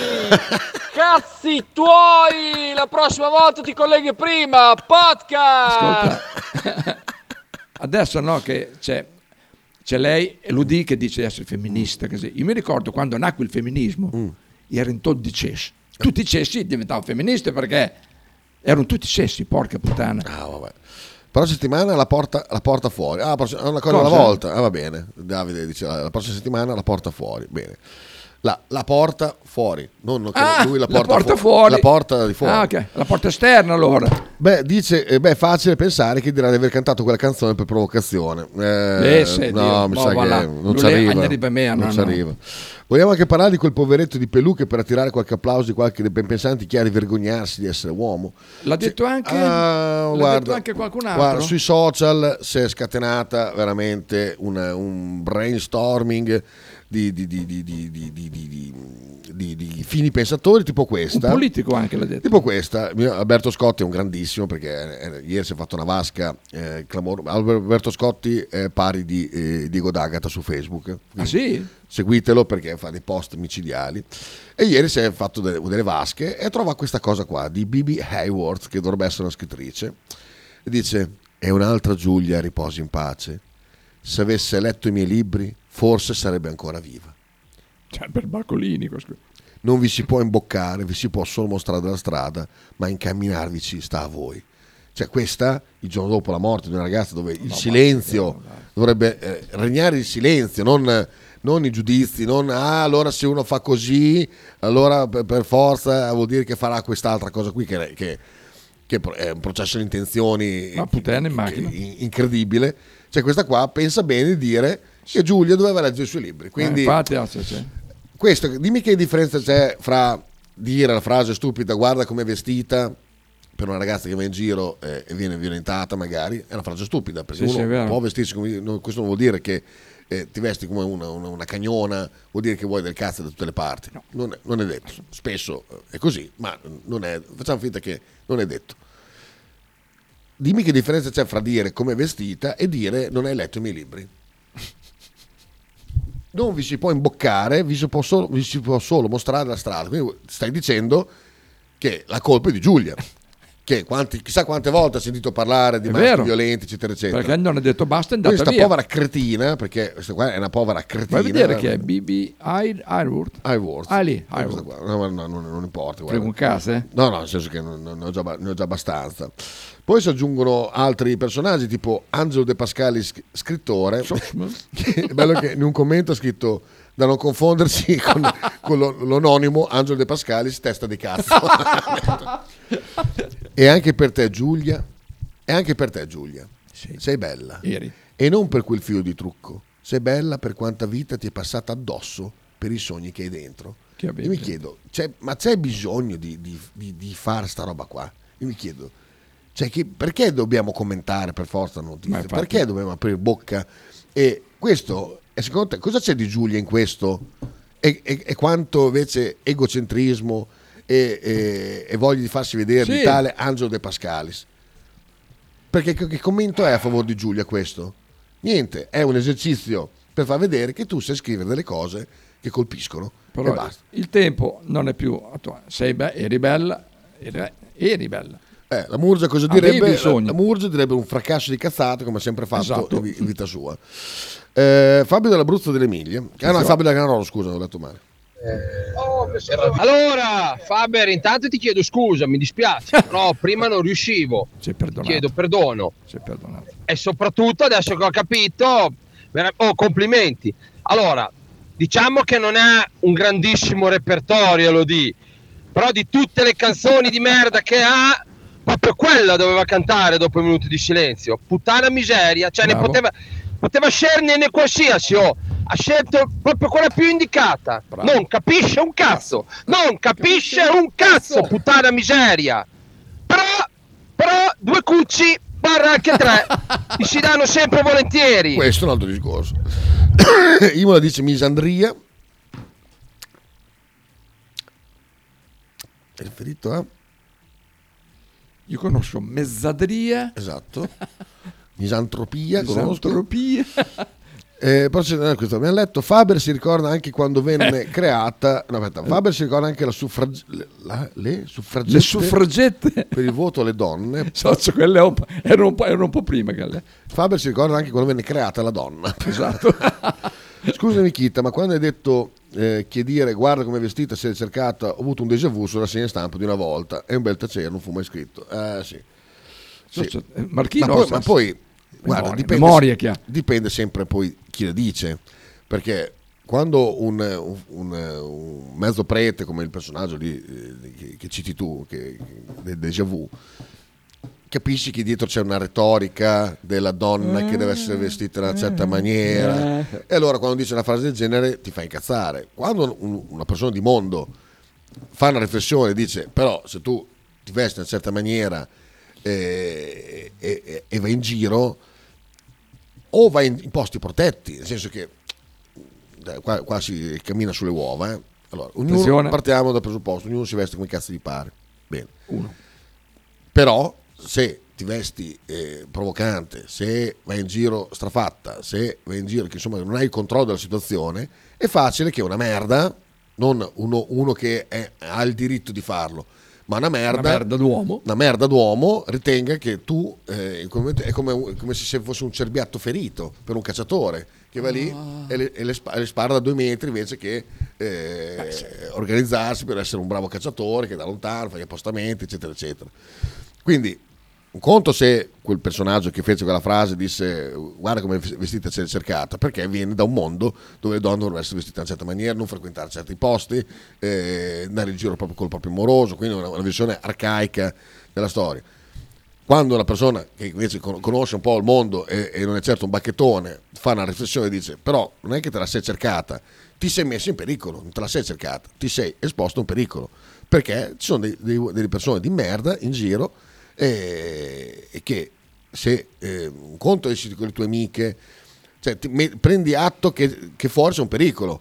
Cazzi tuoi! La prossima volta ti colleghi prima! Podcast! Ascolta. Adesso no che c'è, c'è lei e l'U D che dice di essere femminista così. Io mi ricordo quando nacque il femminismo mm. erano tutti i cessi. Tutti i cessi diventavano femministi perché erano tutti cessi, porca puttana. Ah, vabbè. Però settimana la porta, la porta fuori. Ah, prossima, una cosa, cosa alla volta. Ah, va bene. Davide dice la prossima settimana la porta fuori. Bene. La, la porta fuori, non che ah, lui la la porta, porta fu- fuori. La porta di fuori. Ah, ok. La porta esterna allora. Beh, dice, eh, beh, è facile pensare che dirà di aver cantato quella canzone per provocazione. Eh, eh, sì, no, Dio. mi No, sa voilà. che non Lui ci arriva. ne arriva me, non no, ci no. arriva. Vogliamo anche parlare di quel poveretto di Pelù che per attirare qualche applauso di qualche dei ben pensanti chiari vergognarsi di essere uomo. L'ha detto anche, Ah, l'ha guarda, detto anche qualcun altro. Guarda, sui social si è scatenata veramente una, un brainstorming di, di, di, di, di, di, di, di, di, di fini pensatori tipo questa. Un politico anche l'ha detto. Tipo questa. Alberto Scotti è un grandissimo perché eh, ieri si è fatto una vasca eh, clamor- Alberto Scotti è pari di eh, Diego D'Agata su Facebook. Ah sì? Seguitelo perché fa dei post micidiali. E ieri si è fatto delle, delle vasche e trova questa cosa qua di Bibi Hayworth, che dovrebbe essere una scrittrice, e dice: e un'altra Giulia riposi in pace, se avesse letto i miei libri forse sarebbe ancora viva. Cioè per Baccolini questo. Non vi si può imboccare, vi si può solo mostrare la strada, ma incamminarvici sta a voi. Cioè questa, il giorno dopo la morte di una ragazza dove il No, silenzio ma- dovrebbe eh, regnare il silenzio, non, non i giudizi, non ah allora se uno fa così allora per, per forza vuol dire che farà quest'altra cosa qui che, che, che è un processo di intenzioni Ma puttana in macchina. incredibile. Cioè questa qua pensa bene di dire che Giulia doveva leggere i suoi libri, quindi eh, infatti, ah, sì, sì. questo, dimmi che differenza c'è fra dire la frase stupida guarda com'è vestita per una ragazza che va in giro eh, e viene violentata magari, è una frase stupida perché Sì, sì, è uno vero. può vestirsi come, no, questo non vuol dire che eh, ti vesti come una, una, una cagnona, vuol dire che vuoi del cazzo da tutte le parti, no, non, è, non è detto, spesso è così, ma non è, facciamo finta che non è detto. Dimmi che differenza c'è fra dire com'è vestita e dire non hai letto i miei libri. Non vi si può imboccare, vi si può solo, vi si può solo mostrare la strada. Quindi stai dicendo che la colpa è di Giulia, che quanti, chissà quante volte ha sentito parlare di È maschi vero. violenti, eccetera, eccetera. Perché non ha detto basta, è andata Questa via. povera cretina, perché questa qua è una povera cretina. Vuoi vedere chi è? Bibi Hayworth? Hayworth. Ah, lì, Questa Hayworth. qua. No, no, no, non importa. Frega un cazzo, eh? No, no, nel senso che non- non- ne ho già, ne ho già abbastanza. Poi si aggiungono altri personaggi tipo Angelo De Pascali, sc- scrittore. Che è bello che in un commento ha scritto da non confondersi con, con lo- l'anonimo Angelo De Pascalis, testa di cazzo. E anche per te Giulia, e anche per te Giulia, sei bella. Eri. E non per quel filo di trucco. Sei bella per quanta vita ti è passata addosso per i sogni che hai dentro. Che Io mi chiedo, c'è- ma c'è bisogno di, di, di, di fare sta roba qua? Io mi chiedo, cioè che, perché dobbiamo commentare per forza la Ma notizia? infatti- Perché dobbiamo aprire bocca? E questo, e secondo te, cosa c'è di Giulia in questo? E, e- e quanto invece egocentrismo e, e- e voglia di farsi vedere Sì. di tale Angelo De Pascalis? Perché che, che commento è a favore di Giulia questo? Niente, è un esercizio per far vedere che tu sai scrivere delle cose che colpiscono e Però basta. il tempo non è più attuale. Sei be- eri bella, eri, eri bella. Eh, la Murgia cosa Avevi direbbe? il sogno. La Murgia direbbe un fracasso di cazzate come ha sempre fatto Esatto. in vi- in vita sua. Eh, Fabio dell'Abruzzo dell'Emilia, ah no, Sì. Fabio del Granarolo, scusa, ho letto male. Allora, Faber, intanto ti chiedo scusa, mi dispiace, però prima non riuscivo. Sei perdonato. Chiedo perdono. Sei perdonato. E soprattutto, adesso che ho capito, vera- oh, complimenti. Allora, diciamo che non ha un grandissimo repertorio, lo di, però di tutte le canzoni di merda che ha, proprio quella doveva cantare dopo i minuti di silenzio. Puttana miseria, cioè ne Bravo. poteva, poteva sceglierne qualsiasi, oh. Ha scelto proprio quella più indicata. Bravo. Non capisce un cazzo, non capisce un cazzo, puttana miseria. Però, però due cucci, barra anche tre, mi si danno sempre volentieri. Questo è un altro discorso. Imola dice misandria. È riferito a? Io conosco mezzadria. Esatto. Misantropia, conosco. Misantropia. Eh, poi c'è- questo abbiamo letto. Faber si ricorda anche quando venne creata. No, aspetta, Faber si ricorda anche la suffrag- le, la- le suffragette. Le suffragette. Per il voto alle donne. Socio, quelle un po'- erano, un po', erano un po' prima. Quelle. Faber si ricorda anche quando venne creata la donna. Esatto. Scusami Kita, ma quando hai detto eh, che dire guarda come è vestita, si è cercata, ho avuto un déjà vu sulla segna stampa di una volta. È un bel tacere, non fu mai scritto. Eh sì. Sì. Socio, eh, Marchino, ma poi, sa- ma poi guarda, memoria, dipende, memoria che ha. dipende sempre poi chi la dice, perché quando un, un- un- un mezzo prete come il personaggio lì, eh, che, che citi tu, che, del déjà vu, capisci che dietro c'è una retorica della donna che deve essere vestita in una certa maniera, e allora quando dice una frase del genere ti fa incazzare. Quando un- una persona di mondo fa una riflessione e dice però se tu ti vesti in una certa maniera e, e- e vai in giro, o vai in, in posti protetti, nel senso che eh, qua, qua si cammina sulle uova, eh. Allora, ognuno, Attenzione. partiamo dal presupposto, ognuno si veste come cazzo gli pare, bene. Uno. Però se ti vesti eh, provocante, se vai in giro strafatta, se vai in giro che insomma non hai il controllo della situazione, è facile che una merda, non uno, uno che è- ha il diritto di farlo, ma una merda, Una merda d'uomo. una merda d'uomo ritenga che tu eh, come- è come, come se fosse un cerbiatto ferito per un cacciatore che va lì e, le, e le spa- le spara da due metri invece che eh, organizzarsi per essere un bravo cacciatore che da lontano fa gli appostamenti eccetera eccetera. Quindi un conto se quel personaggio che fece quella frase disse guarda come è vestita c'è cercata, perché viene da un mondo dove le donne devono essere vestite in una certa maniera, non frequentare certi posti, eh, andare in giro proprio col proprio moroso, quindi una, una visione arcaica della storia. Quando una persona che invece con- conosce un po' il mondo e, e non è certo un bacchettone fa una riflessione e dice però non è che te la sei cercata, ti sei messo in pericolo, non te la sei cercata, ti sei esposto a un pericolo, perché ci sono dei- dei- delle persone di merda in giro e, e che se eh, un conto esci con le tue amiche, cioè ti me- prendi atto che, che fuori c'è un pericolo,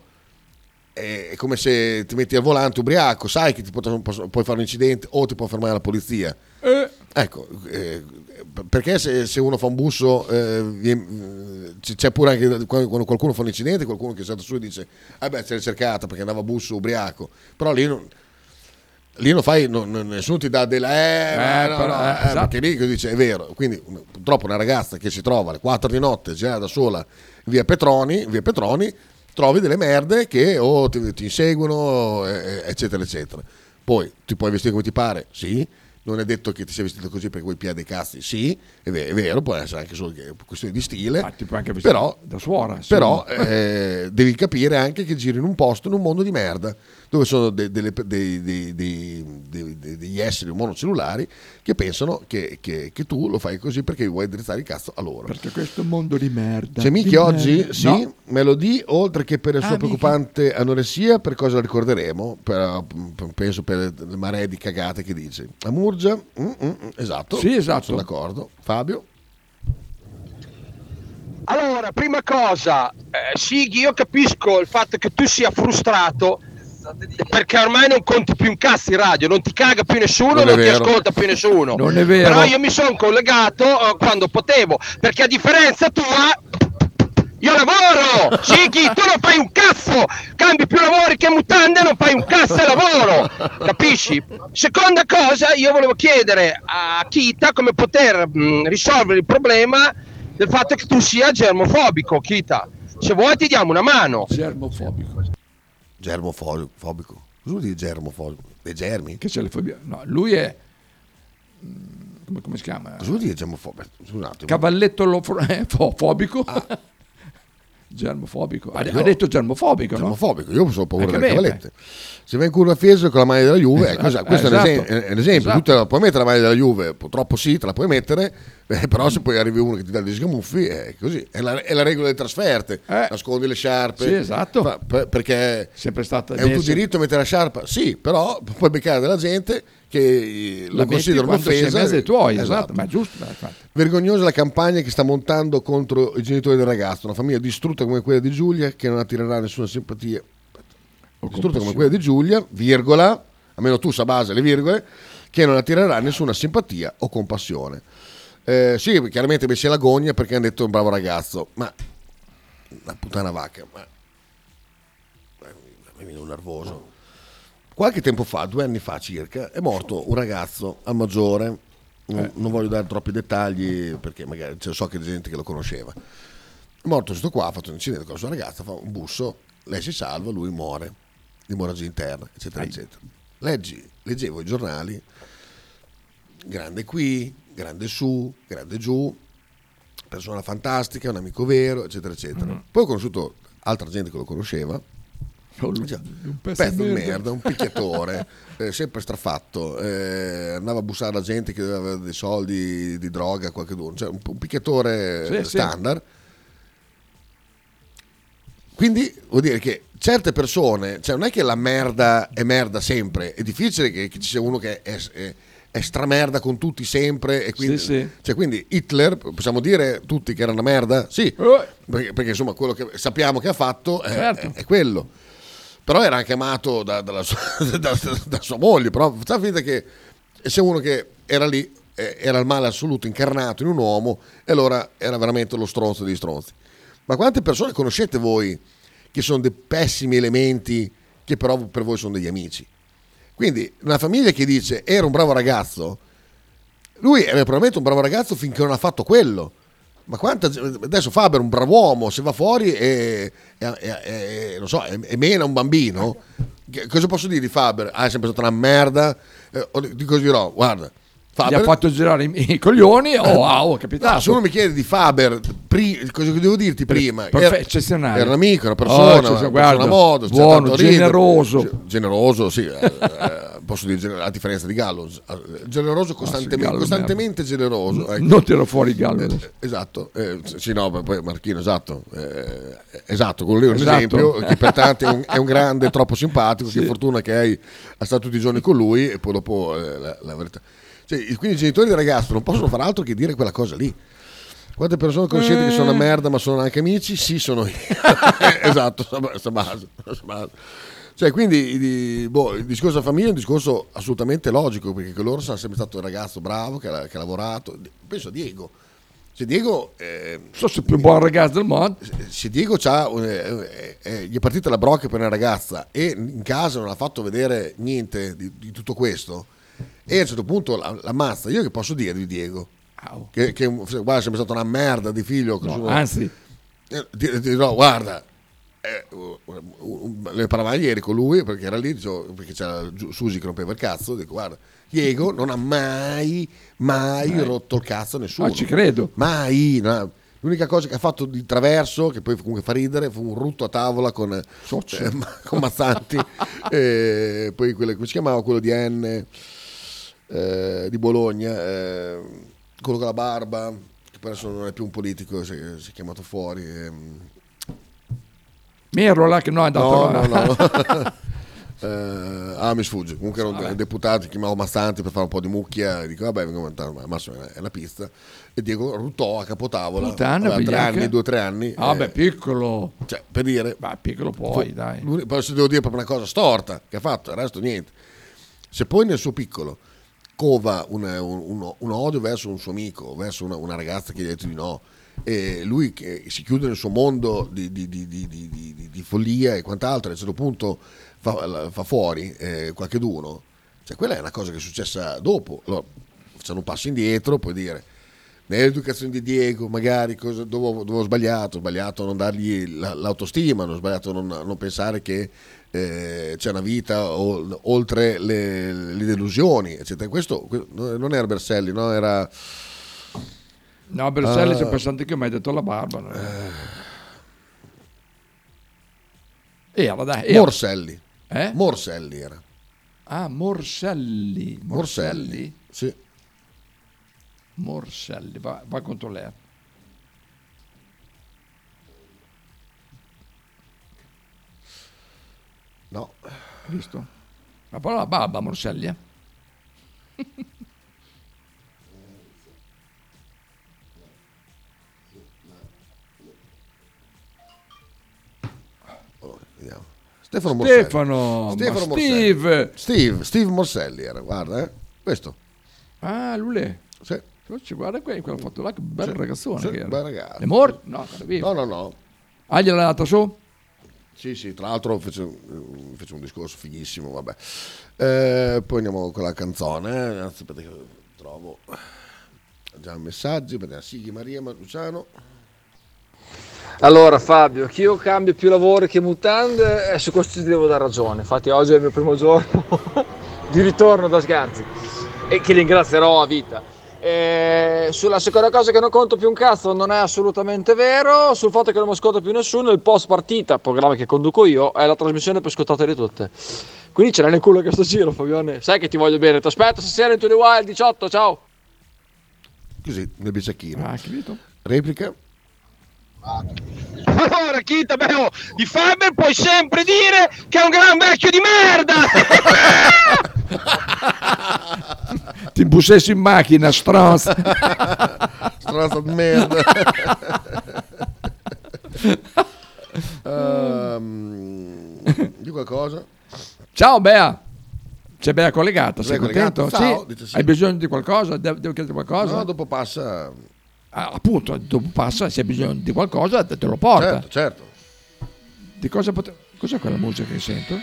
è come se ti metti al volante ubriaco, sai che ti può, puoi fare un incidente o ti può fermare la polizia. Eh. Ecco, eh, perché se, se uno fa un busso, eh, viene- c- c'è pure anche quando quando qualcuno fa un incidente, qualcuno che salta su e dice, ah beh, se l'è cercata perché andava a busso ubriaco, però lì non, lì non fai, non- non- nessuno ti dà della eh, ma Eh, no, però, no, eh, eh, esatto. perché lì che dice è vero. Quindi un- purtroppo una ragazza che si trova alle quattro di notte girare da sola in via Petroni, in via Petroni trovi delle merde che o ti, ti inseguono eh, eccetera eccetera. Poi ti puoi vestire come ti pare, sì, non è detto che ti sei vestito così perché vuoi piedi dei cazzi, sì, è ve- è vero, può essere anche solo che- questione di stile, Ah, ti puoi anche vestire però, da suora, sì. però eh, devi capire anche che giri in un posto, in un mondo di merda, dove sono de- delle- dei- dei- dei- dei- dei- degli esseri monocellulari che pensano che, che- che tu lo fai così perché vuoi drizzare il cazzo a loro. Perché questo è un mondo di merda. C'è di Micchi oggi? merda. Sì, No. me lo di, oltre che per la sua Ah, preoccupante anoressia, per cosa la ricorderemo? Per- penso per le maree di cagate che dice. A Murgia? Mm, mm, mm, esatto. Sì, esatto. Sono d'accordo. Fabio? Allora, prima cosa, eh, Sighi, io capisco il fatto che tu sia frustrato perché ormai non conti più un cazzo in radio, non ti caga più nessuno, Non non, è ti vero. ascolta più nessuno. Non è vero. Però io mi sono collegato eh, quando potevo, perché a differenza tua io lavoro, Sighi, tu non fai un cazzo, cambi più lavori che mutande, non fai un cazzo al lavoro, capisci? Seconda cosa, io volevo chiedere a Kita come poter mh, risolvere il problema del fatto che tu sia germofobico, Kita. Se vuoi ti diamo una mano. Germofobico. Germofobico. Cosa vuol dire germofobico? Dei germi? Che c'è le fobie? No, lui è mm, come, come si chiama? Cosa vuol dire germofobico? Scusa un attimo. Cavalletto lo- eh, fo- fobico. Germofobico. Ha, io- ha detto germofobico, no? Germofobico, io ho paura Anche delle me, cavallette. Se vai in curva a Fiesole con la maglia della Juve, ecco, esatto, questo esatto. è un esempio, è un esempio. Esatto. Tu te la puoi mettere la maglia della Juve, purtroppo sì, te la puoi mettere, eh, però se poi arrivi uno che ti dà degli sgamuffi, è così, è la, è la regola delle trasferte, Eh. nascondi le sciarpe, Sì, esatto. fa- per- perché Sempre stata è un tuo messa- diritto mettere la sciarpa, sì, però puoi beccare della gente che eh, La lo metti considerano quando sei in un'offesa. mezzo ai tuoi, esatto, Esatto. ma è giusto. ma infatti. Vergognosa la campagna che sta montando contro i genitori del ragazzo, una famiglia distrutta come quella di Giulia che non attirerà nessuna simpatia. Distrutta come quella di Giulia, virgola, almeno tu sa base le virgole, che non attirerà nessuna simpatia o compassione. Eh, sì, chiaramente mi si lagogna perché hanno detto un bravo ragazzo, ma una puttana vacca, ma mi viene un nervoso. Qualche tempo fa, due anni fa circa, è morto un ragazzo al Maggiore, non, Eh. non voglio dare troppi dettagli perché magari cioè, so che c'è gente che lo conosceva. È morto questo qua, ha fatto un incidente con la sua ragazza, fa un busso, lei si salva, lui muore di emorragia interna, eccetera, eccetera. Leggi, leggevo i giornali, grande qui, grande su, grande giù, persona fantastica, un amico vero, eccetera, eccetera. Mm-hmm. Poi ho conosciuto altra gente che lo conosceva, cioè, un pezzo di merda, un picchiatore, eh, sempre strafatto, eh, andava a bussare alla gente che aveva dei soldi di droga, qualche duro, cioè un, un picchiatore Sì, sì. standard. Quindi vuol dire che certe persone, cioè non è che la merda è merda sempre, è difficile che, che ci sia uno che è, è, è stramerda con tutti sempre e quindi, Sì, sì. Cioè, quindi Hitler, possiamo dire tutti che era una merda? Sì, Eh. perché, perché insomma quello che sappiamo che ha fatto è, Certo. è, è quello. Però era anche amato da, dalla sua, da, da sua moglie, però fa finta che se uno che era lì eh, era il male assoluto incarnato in un uomo e allora era veramente lo stronzo degli stronzi. Ma quante persone conoscete voi che sono dei pessimi elementi che però per voi sono degli amici? Quindi una famiglia che dice era un bravo ragazzo, lui era probabilmente un bravo ragazzo finché non ha fatto quello. Ma quanta, adesso Faber è un bravo uomo, se va fuori e, e, e, e, non so, e, e mena un bambino, che, cosa posso dire di Faber? Ah, è sempre stata una merda, eh, di cosa dirò? Guarda, Faber, Gli ha fatto girare i, i coglioni, oh wow, è capitato. no, se uno mi chiede di Faber, pri- cosa devo dirti prima? Perfe- era, eccezionale. era un amico, una persona, Oh, una cioè, persona guarda, modo, c'è buono, tanto ridere. generoso. Ge- generoso, sì, eh, eh, posso dire gener- a differenza di Gallo, eh, generoso costantemente, Gallo, costantemente generoso. Ecco. Non tiro fuori Gallo. Eh, esatto, eh, sì, no, poi Marchino, esatto, eh, esatto, quello lì è un Esatto. esempio che per tanti è un, è un grande, troppo simpatico, Sì. che fortuna che hai a stare tutti i giorni con lui e poi dopo eh, la, la verità. Cioè, quindi i genitori del ragazzo non possono fare altro che dire quella cosa lì. Quante persone conoscete che sono una merda ma sono anche amici? Sì, sono io. Esatto, sta- sta base, sta base. Cioè, quindi di- boh, il discorso della famiglia è un discorso assolutamente logico, perché che loro sono sempre stato un ragazzo bravo che ha, che ha lavorato. Penso a Diego. Se Diego eh, So se è il più buon ragazzo del mondo. se Diego c'ha, eh, eh, gli è partita la brocca per una ragazza e in casa non ha fatto vedere niente di, di tutto questo, e a un certo punto la- l'ammazza, io che posso dire di Diego? Au. Che, che guarda, è sempre stata una merda di figlio. No, Sono- anzi, eh, ti, ti dirò, guarda, eh, uh, uh, ne parlavamo ieri con lui perché era lì, dicevo, perché c'era Giu- Susi che rompeva il cazzo, dico guarda, Diego non ha mai, mai Mai. rotto il cazzo a nessuno. Ah, ci credo. Mai. No. L'unica cosa che ha fatto di traverso, che poi comunque fa ridere, fu un rutto a tavola con, eh, con Mazzanti, e poi quelle, come si chiamava quello di N eh, di Bologna, eh, quello con la barba, che poi adesso non è più un politico, si, si è chiamato fuori. ehm. Mero là che no è andato No, là. no, no. Eh, ah, mi sfugge. Comunque erano Vabbè. dei deputati, chiamavo Mazzanti per fare un po' di mucchia. E dico, vabbè, vengo a montare, ma al massimo è una pista. E Diego ruttò a capotavola. Puttana, aveva tre bigliacca. anni, due o tre anni. Ah, eh, beh, piccolo. Cioè, per dire. Beh, piccolo poi, fu- dai. l'uni- Poi se devo dire proprio una cosa storta che ha fatto, il resto niente. Se poi nel suo piccolo cova un, un- un- un odio verso un suo amico, verso una, una ragazza che gli ha detto di no, e lui che si chiude nel suo mondo di, di- di- di- di- di- di- di follia e quant'altro, a un certo punto fa, fa fuori eh, qualcheduno, cioè quella è una cosa che è successa dopo. Allora, facciamo un passo indietro, puoi dire nell'educazione di Diego magari cosa, dove, ho- dove ho sbagliato, ho sbagliato a non dargli la- l'autostima, ho sbagliato a non, a non pensare che eh, c'è una vita o- oltre le, le delusioni, eccetera. Questo que- non era Berselli, no? Era No, Berselli Ah. c'è pensante che mi hai detto la barba. No? Era, dai. Era. Morselli. Eh? Morselli era. Ah, Morselli. Morselli, sì. Morselli, va, va a controllare. No. Visto? Ma poi la barba, Morselli, eh? Oh, vediamo. Stefano Morselli. Stefano, Stefano ma Morselli. Steve. Steve, Steve Morselli era, guarda, eh. Questo. Ah, lui. Sì. Ci guarda qui, quella foto là, che bel Sì, ragazzone sì, che era. bel ragazzo. È morto? No, era vivo. No, no, no. Ah, gliel'ha dato su? Sì, sì, tra l'altro fece, fece un discorso fighissimo, vabbè. Eh, poi andiamo con la canzone, eh. Aspetta che trovo già messaggi, vediamo Sighi, Maria, Luciano. Allora Fabio, che io cambio più lavoro che mutande, e su questo ti devo dare ragione. Infatti oggi è il mio primo giorno di ritorno da Sgarzi e che ringrazierò a vita. E sulla seconda cosa che non conto più un cazzo non è assolutamente vero. Sul fatto che non mi ascolta più nessuno, il post partita, programma che conduco io, è la trasmissione più ascoltata di tutte. Quindi ce l'hai nel culo che sto giro, Fabione. Sai che ti voglio bene, ti aspetto stasera in To The Wild diciotto, ciao. Così, nel bicchiacchino. Ah, capito? Replica. Allora, Kita, beh, oh, di Faber puoi sempre dire che è un gran vecchio di merda. Ti bussessi in macchina, stronzo. Stronzo di merda. um, di qualcosa? Ciao Bea. C'è Bea collegata, sei Bea collegata? contento? Ciao, Sì. dice sì. Hai bisogno di qualcosa? Devo, devo chiedere qualcosa? No, dopo passa. Ah, appunto, dopo passa, se hai bisogno di qualcosa te, te lo porta. Certo, certo. Di cosa pote- Cos'è quella musica che sento?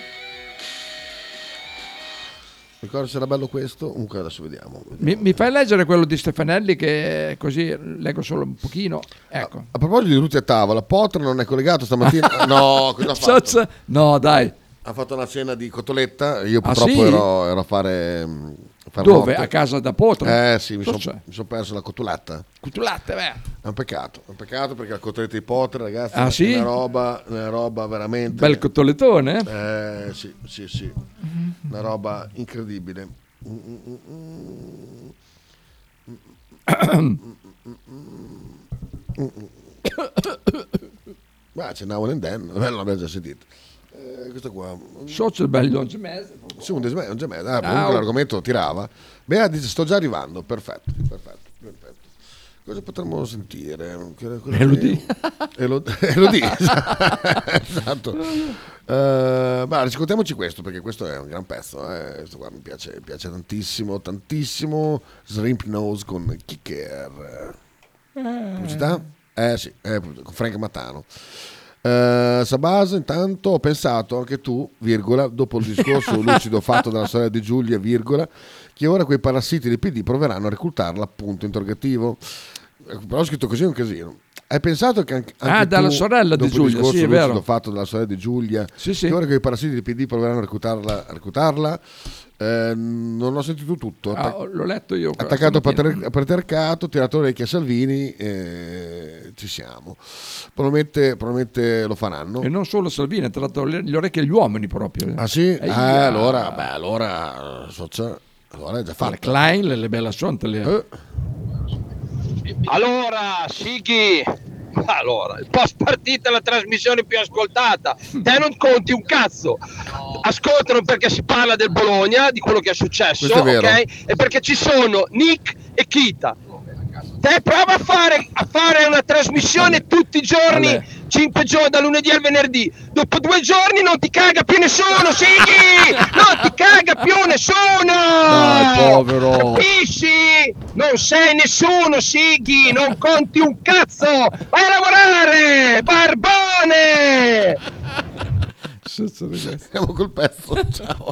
Ricordo se era bello questo. Comunque adesso vediamo. vediamo. Mi, mi fai leggere quello di Stefanelli che così leggo solo un pochino? Ecco. A, a proposito di Ruti a tavola, Potter non è collegato stamattina? No, cosa ha fatto? No, dai. Ha fatto una cena di cotoletta. Io Ah, purtroppo sì? ero, ero a fare. a fare Dove? notte. A casa da Potter? Eh sì, mi Cosa sono c'è? son perso la cotoletta. Cotolette, beh. È un peccato, è un peccato perché la cotoletta di Potter, ragazzi, Ah, è sì? una roba, una roba veramente. Bel cotolettone? Eh sì, sì, sì. Una roba incredibile. Ma c'è Now and Then, non l'abbiamo già sentito. Eh, questo qua. Socio il bello non c'è mezzo. Sì, un desme- un gemello. Ah, Ah, comunque oh. l'argomento tirava. Bea dice sto già arrivando, perfetto, perfetto, perfetto. Cosa potremmo sentire? Elodie. Elodie, esatto. Uh, ma ascoltiamoci questo perché questo è un gran pezzo. Eh. Questo qua mi piace, mi piace tantissimo, tantissimo. Shrimp Nose con Kicker. Pubblicità? Eh sì, eh, con Frank Matano. Uh, Sabasa, intanto ho pensato anche tu, virgola, dopo il discorso lucido fatto dalla sorella di Giulia, virgola, che ora quei parassiti del P D proveranno a reclutarla, punto interrogativo. Però ho scritto così è un casino. Hai pensato che anche, anche Ah, dalla tu, sorella di dopo Giulia, il discorso sì, è lucido vero. fatto dalla sorella di Giulia, Sì, sì. che ora quei parassiti del P D proveranno a reclutarla, a reclutarla eh, non ho sentito tutto. Ah, l'ho letto io. Attaccato a stamattina. pater- a patriarcato, tirato le orecchie a Salvini, eh, ci siamo. Probabilmente, probabilmente lo faranno. E non solo Salvini, ha tratto le, le orecchie agli uomini proprio. Ah sì? Eh, Eh, yeah. allora, beh, allora, socia, allora è già Fare fatto. Klein, le, le belle sonte le... Eh. Allora, Sighi, allora, il post partita è la trasmissione più ascoltata. Te non conti un cazzo. Ascoltano perché si parla del Bologna, di quello che è successo, Questo è vero. ok? E perché ci sono Nick e Kita. Te prova a fare, a fare una trasmissione tutti i giorni, Ale. cinque giorni, da lunedì al venerdì. Dopo due giorni non ti caga più nessuno, Sighi! Non ti caga più nessuno! Dai, povero. Capisci? Non sei nessuno, Sighi! Non conti un cazzo! Vai a lavorare! Barbone! Siamo col pezzo, ciao.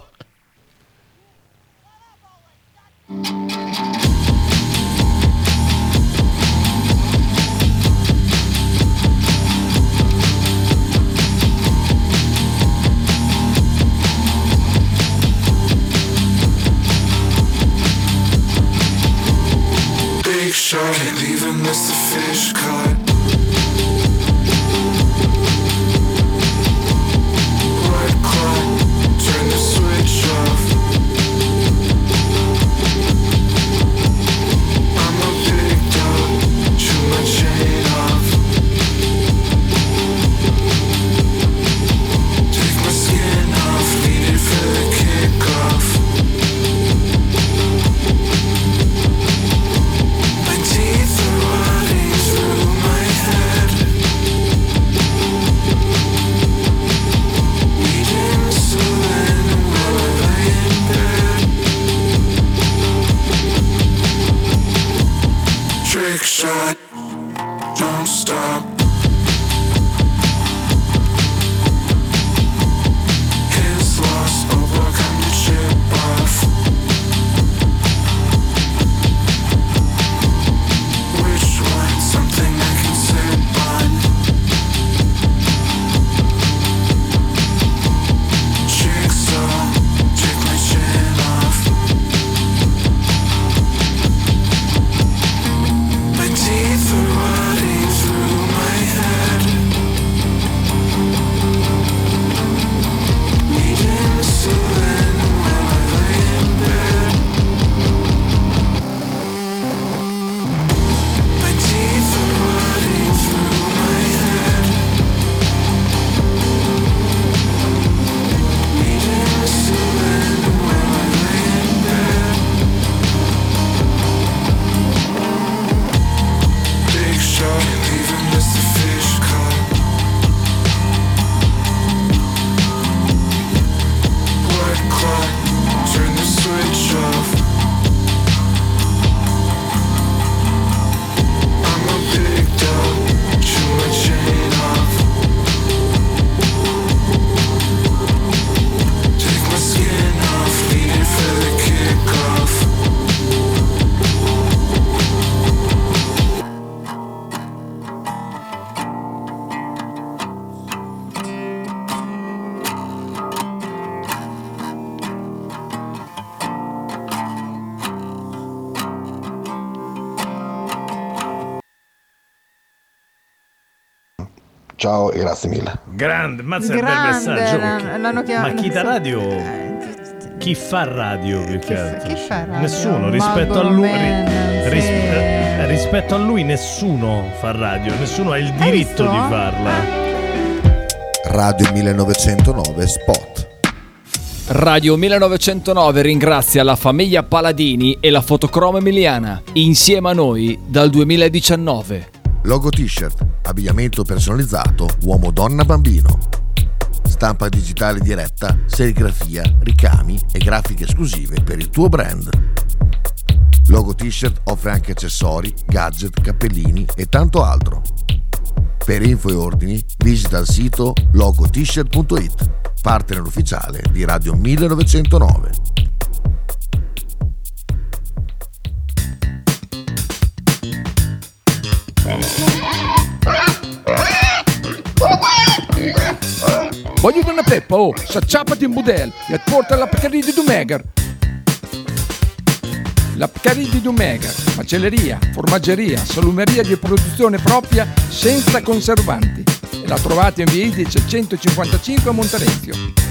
Big shot, can't even miss the fish cut. Red clock, turn the switch off. I'm a big dog, chew my chain off. Take my skin off, need it for the kickoff. My teeth are rotting through my shot, don't stop. His loss, overcome the chip off. Which one? Something I can sip on. Jigsaw, take my chin off. My teeth are rotting through my head. Needing insulin while I lay in bed. My teeth are rotting through my head. Needing insulin while I lay in bed. Big shot, even miss the fish cut. Blood clot, turn the switch off. I'm a big dog, chew my chain off. Take my skin off, leave it for the kickoff. Ciao e grazie mille. Grande, mazza che bel Grande, messaggio. l'hanno- l'hanno chiamato- Ma chi da non so- radio? Eh, Chi fa radio più che altro? chi fa radio? Nessuno, rispetto a Marlboro lui Man, ri- ris- sì. eh, rispetto a lui nessuno fa radio, nessuno ha il diritto visto? di farla. Radio millenovecentonove Spot. Radio millenovecentonove ringrazia la famiglia Paladini e la Fotocromo Emiliana, insieme a noi dal duemiladiciannove. Logo t-shirt, abbigliamento personalizzato, uomo, donna, bambino. Stampa digitale diretta, serigrafia, ricami e grafiche esclusive per il tuo brand. Logo t-shirt offre anche accessori, gadget, cappellini e tanto altro. Per info e ordini visita il sito logo t shirt punto it, partner ufficiale di Radio millenovecentonove. Voglio una peppa, oh, s'acciappati in budel e porta la Pcaridi di Dumegar. La Pcaridi di Dumegar, macelleria, formaggeria, salumeria di produzione propria senza conservanti. E la trovate in via Idice centocinquantacinque a Monterezio.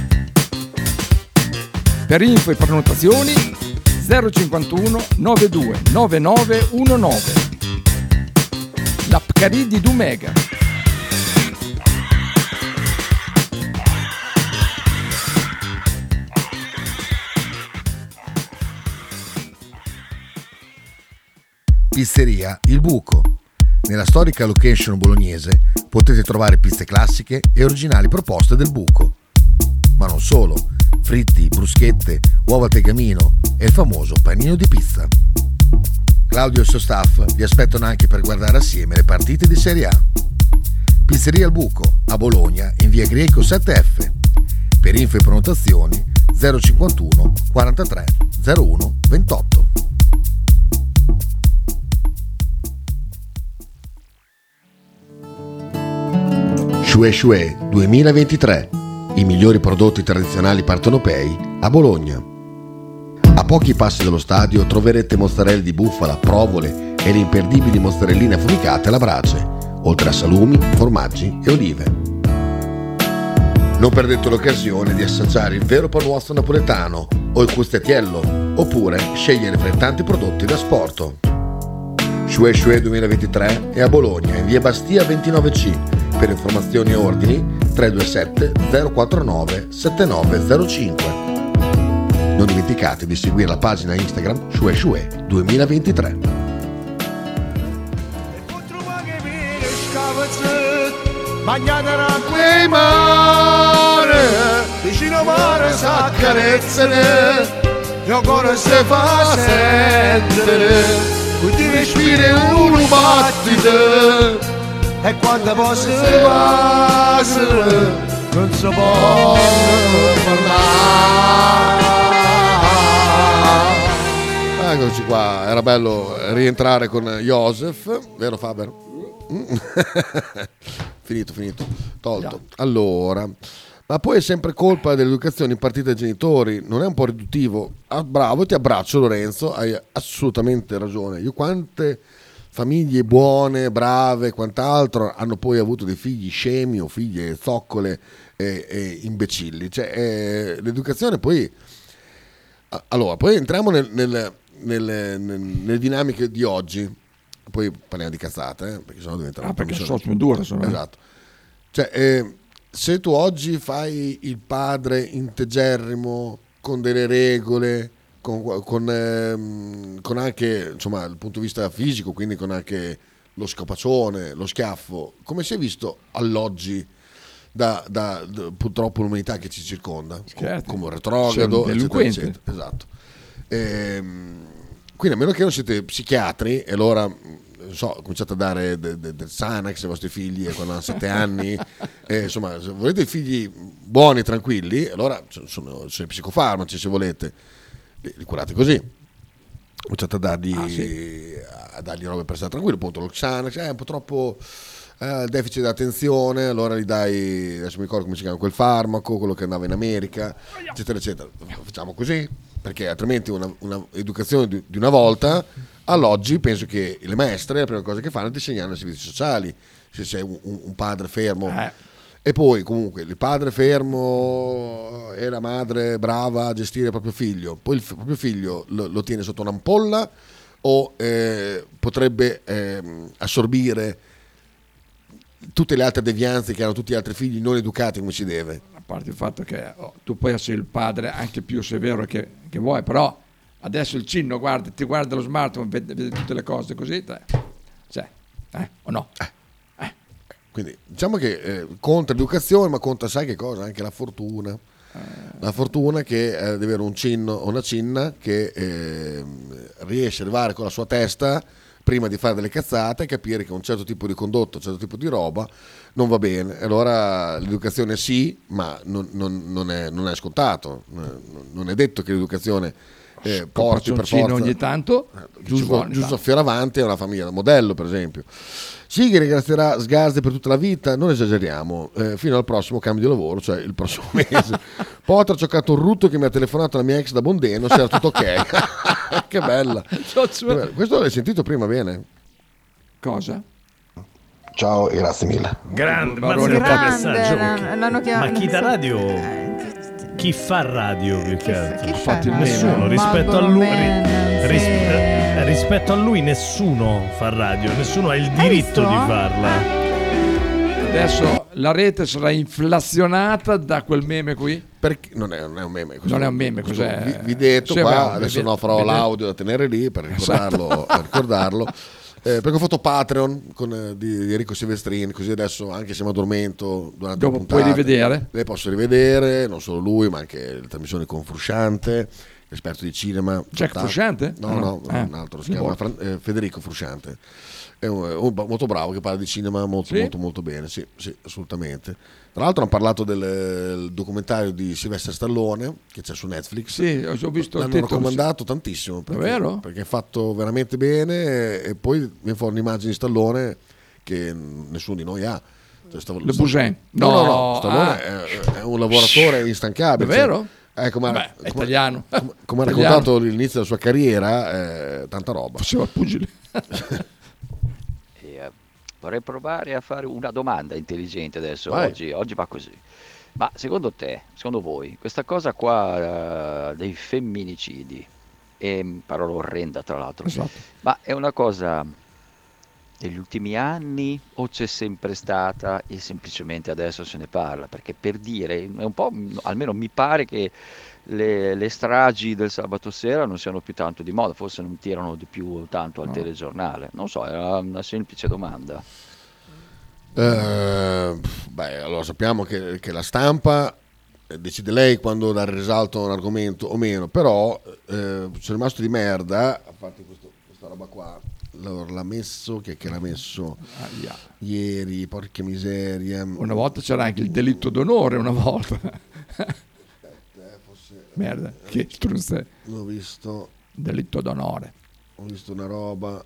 Per info e prenotazioni zero cinquantuno novantadue novantanove diciannove. La Pcaridi di Dumegar. Pizzeria Il Buco. Nella storica location bolognese potete trovare pizze classiche e originali proposte del Buco. Ma non solo, fritti, bruschette, uova al tegamino e il famoso panino di pizza. Claudio e il suo staff vi aspettano anche per guardare assieme le partite di Serie A. Pizzeria Il Buco, a Bologna, in via Greco sette F. Per info e prenotazioni zero cinquantuno quarantatré zero uno ventotto. Shue Shue duemilaventitré. I migliori prodotti tradizionali partenopei a Bologna. A pochi passi dallo stadio troverete mozzarella di bufala, provole e le imperdibili mozzarelline affumicate alla brace, oltre a salumi, formaggi e olive. Non perdete l'occasione di assaggiare il vero panuozzo napoletano o il custettiello, oppure scegliere fra i tanti prodotti da sporto. Shue Shue duemilaventitré è a Bologna, in via Bastia ventinove C. Per informazioni e ordini tre due sette zero quattro nove sette nove zero cinque. Non dimenticate di seguire la pagina Instagram Shue Shue duemilaventitré. Bagnata nell'acqua e mare, vicino mare s'accarezzano, il cuore si fa sentire. ti respiri un battito e quando posso passare non si può parlare. Eccoci qua, era bello rientrare con Joseph, vero Faber? Finito, finito, tolto. Allora, ma poi è sempre colpa dell'educazione impartita ai genitori, non è un po' riduttivo? Ah, bravo, ti abbraccio Lorenzo, hai assolutamente ragione. Io quante famiglie buone, brave, quant'altro hanno poi avuto dei figli scemi o figlie zoccole e, e imbecilli. Cioè, eh, l'educazione poi... Allora, poi entriamo nel, nel, nel, nel, nelle dinamiche di oggi, poi parliamo di cazzate, eh, perché sennò diventa... Ah, perché sono dure, sono... Esatto. Cioè, eh, se tu oggi fai il padre integerrimo, con delle regole, con, con, ehm, con anche, insomma, dal punto di vista fisico, quindi con anche lo scapaccione, lo schiaffo, come si è visto all'oggi da, da, da purtroppo l'umanità che ci circonda, Certo. come retrogrado, Sei un eccetera, delinquente. eccetera. Esatto. Ehm, quindi a meno che non siete psichiatri e allora non so, cominciate a dare del de, de Xanax ai vostri figli quando hanno sette anni, e, insomma, se volete figli buoni, tranquilli, allora sono, sono i psicofarmaci, se volete, li, li curate così. Cominciate a dargli, Ah, sì. a dargli robe per stare tranquillo, appunto lo Xanax è un po' troppo eh, deficit di attenzione, allora gli dai, adesso mi ricordo come si chiama quel farmaco, quello che andava in America, eccetera, eccetera. Facciamo così, perché altrimenti una, una educazione di, di una volta, all'oggi penso che le maestre la prima cosa che fanno è insegnare i servizi sociali, se sei un, un padre fermo. Eh. E poi comunque il padre fermo e la madre brava a gestire il proprio figlio, poi il f- proprio figlio lo, lo tiene sotto un'ampolla o eh, potrebbe eh, assorbire tutte le altre devianze che hanno tutti gli altri figli non educati come si deve. A parte il fatto che oh, tu puoi essere il padre anche più severo che, che vuoi, però adesso il cinno guarda, ti guarda lo smartphone, vede, vede tutte le cose così, te, cioè, eh, o no? Eh. Quindi diciamo che eh, conta l'educazione, ma conta, sai che cosa? Anche la fortuna. Eh. La fortuna che eh, deve avere un cinno o una cinna che eh, riesce ad arrivare con la sua testa prima di fare delle cazzate e capire che un certo tipo di condotto, un certo tipo di roba non va bene. Allora l'educazione sì, ma non, non, non, è, non è scontato. Non è detto che l'educazione eh, porti per forza ogni tanto, giusto, giusto fioravanti a una famiglia da modello, per esempio. Sighi ringrazierà Sgarzi per tutta la vita, non esageriamo, eh, fino al prossimo cambio di lavoro, cioè il prossimo mese. Poi ho giocato un rutto che mi ha telefonato la mia ex da Bondeno, se era tutto ok. Che bella. Che bella. Questo l'hai sentito prima bene? Cosa? Ciao e grazie mille. Grande, ma Grande, non è l'hanno- messaggio. l'hanno chiamato- Ma chi da sì. radio? Chi fa radio più che altro? chi fa radio? Nessuno, rispetto a Marlboro lui Man, ris- sì. eh, rispetto a lui nessuno fa radio, nessuno ha il diritto visto? di farla. Adesso la rete sarà inflazionata da quel meme qui. Perché non è, non è un meme. questo- Non è un meme, questo cos'è? vi- Videtto Sì, qua, abbiamo- adesso vede- no, farò vede- l'audio da tenere lì per ricordarlo. Esatto. per ricordarlo. Eh, perché ho fatto Patreon con, eh, di, di Enrico Silvestrini, così adesso anche se mi addormento durante Dopo la puntata, puoi rivedere. le posso rivedere, non solo lui ma anche le trasmissioni con Frusciante, esperto di cinema. Jack fantastico. Frusciante? No, Ah, no, no. un Eh. altro, si chiama Fran- eh, Federico Frusciante. È un, un- molto bravo, che parla di cinema molto Sì? molto molto bene, sì, sì, assolutamente. Tra l'altro hanno parlato del del documentario di Sylvester Stallone che c'è su Netflix. Sì, ho visto il L'hanno titolo, raccomandato tantissimo perché, Davvero? perché è fatto veramente bene e, e poi viene fuori un'immagine di Stallone che nessuno di noi ha. Cioè, Stav- Le Bousin? No, no, no, No, Stallone ah. è, è un lavoratore instancabile. Davvero? Cioè, eh, come, Beh, ha- è come- italiano. come- come ha Italiano. raccontato l'inizio della sua carriera, eh, tanta roba. Faceva pugile. E, eh, vorrei provare a fare una domanda intelligente adesso. Vai. Oggi, oggi va così. Ma secondo te, secondo voi, questa cosa qua eh, dei femminicidi, è parola orrenda tra l'altro, Esatto. ma è una cosa degli ultimi anni o c'è sempre stata e semplicemente adesso se ne parla? Perché per dire, è un po', almeno mi pare che le, le stragi del sabato sera non siano più tanto di moda, forse non tirano di più tanto al No. telegiornale. Non so, era una semplice domanda. Eh, beh, allora sappiamo che, che la stampa eh, decide lei quando dare risalto a un argomento o meno, però eh, sono rimasto di merda, a parte questo, questa roba qua. Allora, l'ha messo, chi è che l'ha messo Aia. ieri, porca miseria. Una volta c'era anche il delitto d'onore, una volta. Merda, che struzze. L'ho visto. Delitto d'onore. Ho visto una roba.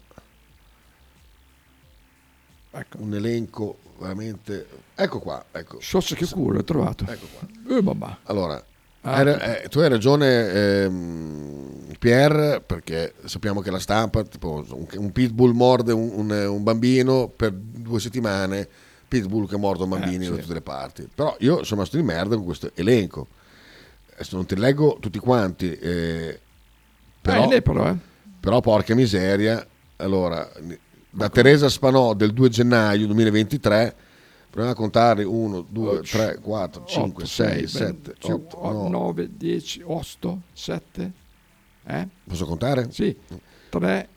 Ecco. Un elenco veramente. Ecco qua, ecco. Sosso che culo, l'ho trovato. Ecco qua. Eh, mamma. Allora, Ah, hai ra- eh, tu hai ragione, ehm, Pierre, perché sappiamo che la stampa, tipo, un, un pitbull morde un, un- un bambino per due settimane, pitbull che morde un bambino Eh, da sì. tutte le parti. Però io sono rimasto di merda con questo elenco. Adesso non ti leggo tutti quanti, eh, però, Eh, lei però, eh. però porca miseria. Allora, da Teresa Spanò del due gennaio duemilaventitré, proviamo a contare uno, due, tre, quattro, cinque, sei, sette, otto, nove, dieci, otto, sette. Eh? Posso contare? Sì. tre,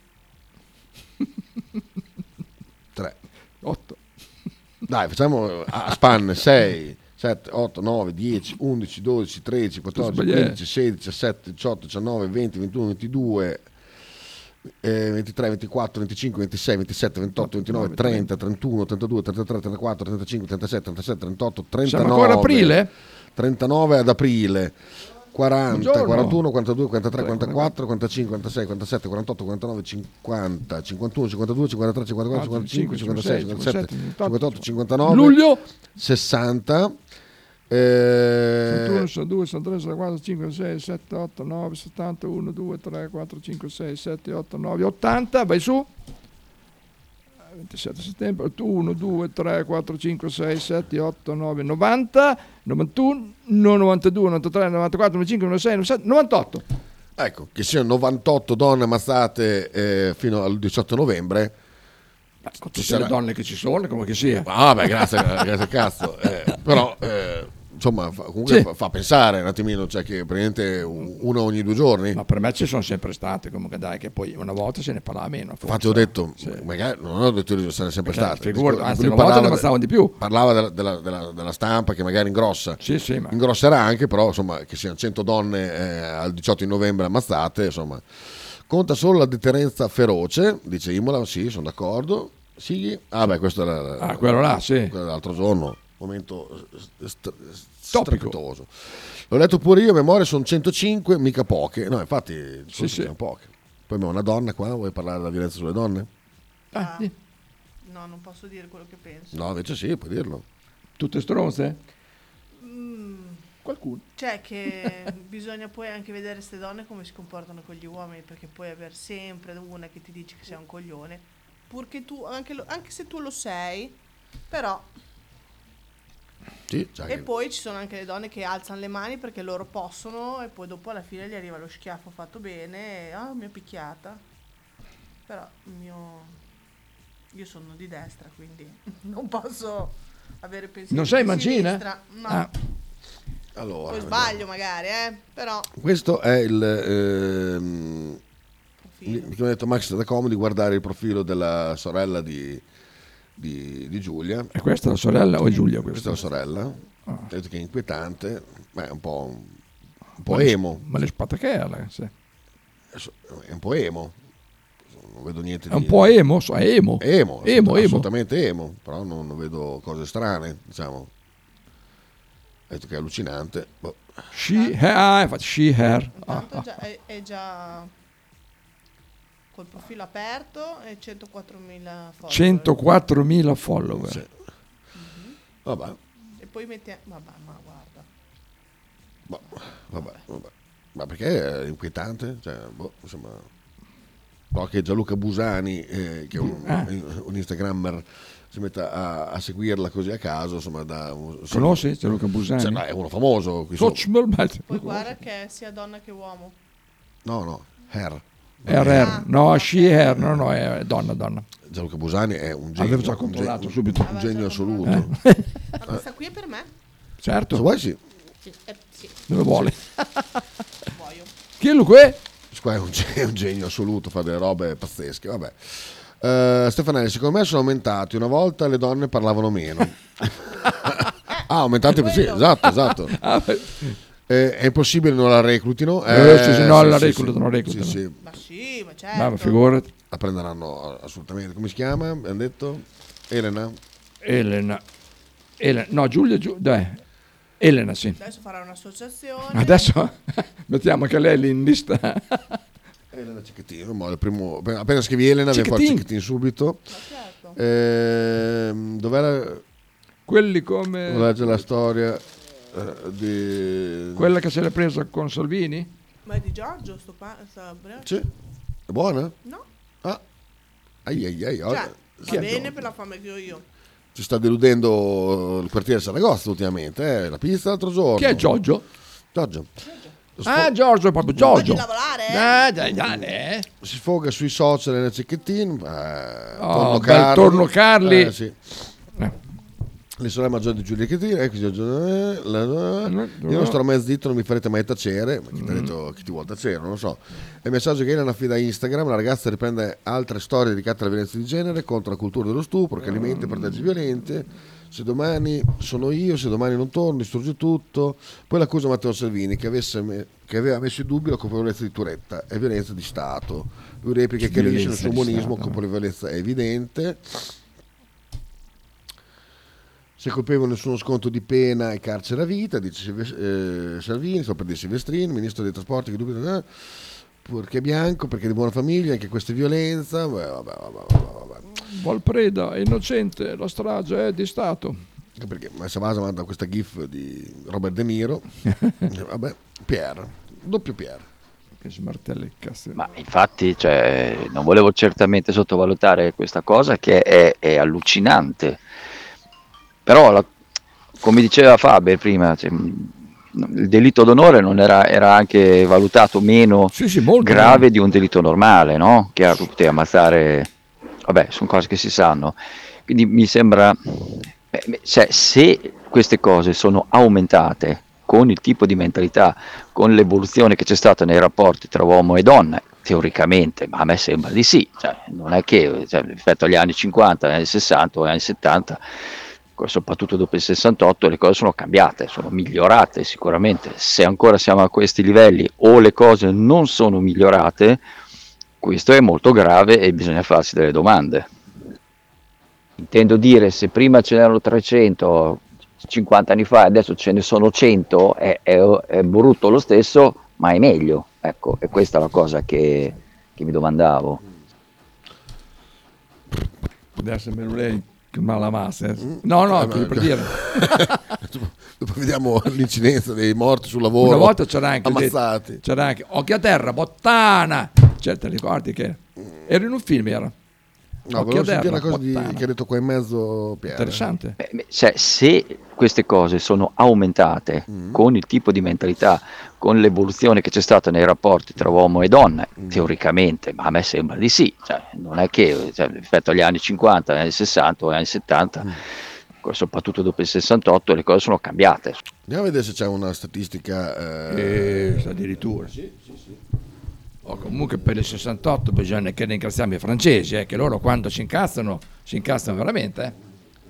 tre, otto. Dai, facciamo a span sei, sette, otto, nove, dieci, undici, dodici, tredici, quattordici, Sbagliato. quindici, sedici, diciassette, diciotto, diciannove, venti, ventuno, ventidue, eh, ventitré, ventiquattro, venticinque, ventisei, ventisette, ventotto, ventinove, trenta, trentuno, trentadue, trentatré, trentaquattro, trentacinque, trentasette, trentasette, trentotto, trentanove. Siamo ancora ad aprile? trentanove ad aprile. quaranta, Buongiorno. quarantuno, quarantadue, quarantatré, quarantaquattro, quarantacinque, quarantasei, quarantasette, quarantotto, quarantanove, cinquanta, cinquantuno, cinquantadue, cinquantatré, cinquantaquattro, cinquantacinque, cinquantasei, cinquantasette, cinquantotto, cinquantanove, Luglio. sessanta, eh, sessantuno, sessantadue, sessantatré, sessantaquattro, cinquantasei, sette, otto, nove, settanta, uno, due, tre, quattro, cinque, sei, sette, otto, nove, ottanta, vai su. ventisette settembre, uno, due, tre, quattro, cinque, sei, sette, otto, nove, novanta, novantuno, novantadue, novantatré, novantaquattro, novantacinque, novantasei, novantasette, novantotto. ecco, che siano novantotto donne ammazzate eh, fino al diciotto novembre. Con tutte le donne che ci sono, come che sia. Ah, beh, grazie, grazie al cazzo. Eh, però, eh, insomma, fa, comunque Sì. fa, fa pensare un attimino, cioè che praticamente un- uno ogni due giorni. Ma per me ci sono sempre state, comunque dai, che poi una volta se ne parlava meno. forse. Infatti ho detto, Sì. magari non ho detto che sono sempre Perché, state. figurati, Lui anzi, una parlava volta ne de- ammazzavano di più. Parlava della, della- della- della stampa che magari ingrossa. Sì, sì, ma... Ingrosserà anche, però insomma, che siano cento donne eh, al diciotto di novembre ammazzate, insomma. Conta solo la deterrenza feroce, dice Imola, sì, sono d'accordo. Sì, ah beh, questo era Ah, quello là, sì. quello dell'altro giorno, momento st- Topico. strepitoso. L'ho letto pure io, a memoria sono centocinque, mica poche. No, infatti Sì, sì. sono poche. Poi abbiamo una donna qua, vuoi parlare della violenza sulle donne? Ah, sì. No, non posso dire quello che penso. No, invece sì, puoi dirlo. Tutte stronze? Mm, Qualcuno. Cioè che bisogna poi anche vedere queste donne come si comportano con gli uomini, perché puoi avere sempre una che ti dice che sei un coglione, purché tu, anche, lo- anche se tu lo sei, però... Sì, cioè E che- poi ci sono anche le donne che alzano le mani perché loro possono e poi dopo alla fine gli arriva lo schiaffo fatto bene e ah mi ha picchiata. Però il mio io sono di destra, quindi non posso avere pensieri Non sei di mancina? sinistra. No. Ah. Allora, Poi sbaglio magari, eh, però questo è il ehm, mi mi ha detto Max da Comedy, guardare il profilo della sorella di, di, di Giulia. E questa è la sorella o è Giulia Questa questa? è la sorella. Ah. Ha detto che è inquietante, beh, è un po', un po' Ma le- emo. Ma le spataccherle, sì. È un po' emo. Non vedo niente È un di... po' emo, so, è emo. Emo, Emo, emo. assolutamente emo, però non, non vedo cose strane, diciamo. Ha detto che è allucinante. Boh. She, ah, infatti, she, her. Ah, intanto ah. già- è, è già col profilo aperto e centoquattromila follower. centoquattromila follower. Sì. Vabbè, E poi metti vabbè, ma guarda. boh, vabbè, vabbè. Ma perché è inquietante? Cioè, boh, insomma, però che Gianluca Busani, eh, che è un, Ah. un Instagrammer, si metta a, a seguirla così a caso, insomma, da un, Conosci Gianluca Busani? Cioè, ma è uno famoso. qui sotto. Social, ma- Poi guarda che è sia donna che uomo. No, no, Her. R R. No, she, her. No, no, è donna, donna. Gianluca Busani è un genio. Avevo già un controllato genio- subito. Un genio assoluto. Eh? Ma questa qui è per me? Certo. Se vuoi sì. Sì, eh, sì. Dove vuole? Voglio. Chi è lui qui? Qua è un, ge- è un genio assoluto, fa delle robe pazzesche. Vabbè. Eh, Stefanelli, secondo me sono aumentati. Una volta le donne parlavano meno. Ah, aumentati, sì, esatto, esatto. Ah, beh. Eh, è impossibile non la reclutino. Eh, sì, sì, no, sì, la sì, reclutano, sì. la reclutano. Sì, sì. Ma sì, ma certo. Ma, ma figurati. La prenderanno assolutamente. Come si chiama? Abbiamo detto? Elena? Elena. Elena. No, Giulia, Giu- dai. Elena, sì. Adesso farà un'associazione. Adesso mettiamo anche lei lì in lista. Elena Cecchettino, ma il primo, appena scrivi Elena viene fuori Cecchettino subito. certo. Ehm, dov'era? Quelli come... Legge la storia eh, di... Quella che se l'è presa con Salvini? Ma è di Giorgio sto pa- sta bre- Sì. È buona? No. Ah. Ai ai ai. Cioè, oh, va chi è bene Giorgio? per la fame che ho io. Ci sta deludendo il quartiere Saragozza ultimamente, eh? La pista l'altro giorno. Chi è Giorgio? Giorgio. Ah, Giorgio, proprio Giorgio. lavorare? Dai, dai, dai. Si sfoga sui social nel Cecchettino. Eh, Oh, Torno bel Carli. Torno Carli. Eh, sì. Le sorelle maggiori di Giulia Cecchettino. Eh, così, eh, la- io non starò mai zitto, non mi farete mai tacere. Ma chi ti ha detto chi ti vuole tacere? Non lo so. E il messaggio che Elena affida a Instagram: la ragazza riprende altre storie dedicate alla violenza di genere contro la cultura dello stupro che alimenta e protegge i violenti. Se domani sono io, se domani non torno, distrugge tutto. Poi l'accusa Matteo Salvini che, avesse me- che aveva messo in dubbio la colpevolezza di Turetta e violenza di Stato. Lui replica che chiarisce il suo buonismo, colpevolezza è evidente. Se colpevole nessuno sconto di pena e carcere a vita, dice Silve- eh, Salvini, sto per dire Silvestrini, ministro dei trasporti che dubita, eh, perché è bianco, perché è di buona famiglia, anche questa è violenza. Beh, vabbè, vabbè, vabbè, vabbè. Volpreda è innocente, la strage è di Stato. Anche perché Savasa manda questa gif di Robert De Niro. Vabbè, Pierre, doppio Pierre. Che smartella il cazzo. Ma infatti, cioè, non volevo certamente sottovalutare questa cosa che è, è allucinante. Però, la- come diceva Faber prima, cioè, il delitto d'onore non era, era anche valutato meno grave di un delitto normale, no? Che era poteva ammazzare, vabbè, sono cose che si sanno. Quindi mi sembra, beh, cioè, se queste cose sono aumentate con il tipo di mentalità, con l'evoluzione che c'è stata nei rapporti tra uomo e donna, teoricamente, ma a me sembra di sì, cioè, non è che cioè, rispetto agli anni cinquanta, agli anni sessanta o agli anni settanta, soprattutto dopo il sessantotto, le cose sono cambiate, sono migliorate sicuramente. Se ancora siamo a questi livelli o le cose non sono migliorate, questo è molto grave e bisogna farsi delle domande. Intendo dire, se prima ce n'erano trecento, cinquanta anni fa, adesso ce ne sono cento, è, è, è brutto lo stesso, ma è meglio. Ecco, e questa è la cosa che, che mi domandavo. Adesso me lo lei che mala massa. eh. No, no, Eh, per ma- dire. Dopo vediamo l'incidenza dei morti sul lavoro. Una volta c'era anche ammazzati. c'era anche occhio a terra, bottana. Cioè, ti ricordi che era in un film, era. No, Occhio volevo a sentire terra, una cosa di- bottana. che ha detto qua in mezzo Piero. Interessante. Beh, beh, cioè, se queste cose sono aumentate con il tipo di mentalità, con l'evoluzione che c'è stata nei rapporti tra uomo e donna, teoricamente, ma a me sembra di sì, cioè, non è che cioè, rispetto agli anni cinquanta, agli anni sessanta o agli anni settanta, soprattutto dopo il sessantotto, le cose sono cambiate. Andiamo a vedere se c'è una statistica. Eh, addirittura. O comunque per il sessantotto bisogna che ringraziamo i francesi, eh, che loro quando si incazzano, si incazzano veramente. Eh.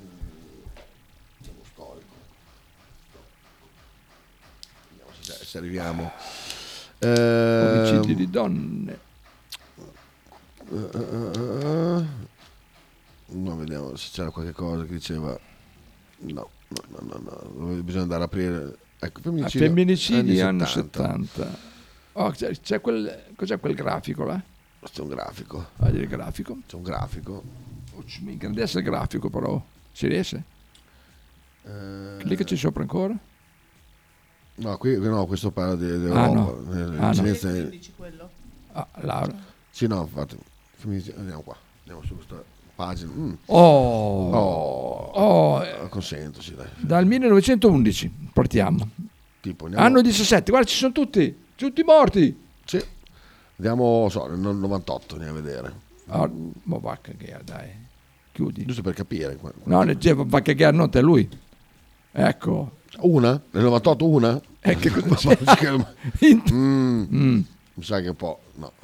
Se, se arriviamo. Ehm, Omicidi di donne. eh, eh, eh, no, vediamo se c'era qualche cosa che diceva. No, no, no, no, no. Bisogna andare a aprire. Ecco, A femminicidio, femminicidi anni anni settanta. Oh, c'è, c'è quel, cos'è quel grafico là? C'è un grafico. Ah, il grafico. C'è un grafico. Oh, minchia, non deve essere grafico però. Si riesce? Eh, Cliccaci sopra ancora. No, qui no, questo parla di, di Ah, Europa. no. Eh, Ah, no. l'incidenza- Dici quello? Ah, Laura. Sì, no, infatti. Femminicidio- Andiamo qua. Andiamo su questa pagina. Mm. Oh. Oh. Oh. Eh, Consento, sì, dai. Dal millenovecentoundici partiamo. Tipo, andiamo- Anno diciassette, guarda ci sono tutti, tutti morti. Sì. Andiamo, so, nel novantotto, andiamo a vedere. Ah, ma va a cagare, dai. Chiudi. Giusto per capire. No, leggevo, va a cagare, non te lui. Ecco. Una? Nel novantotto una? E che cosa Ma- c'è? ma- che- In- Mm. Mm. Mi sa che un po'. No.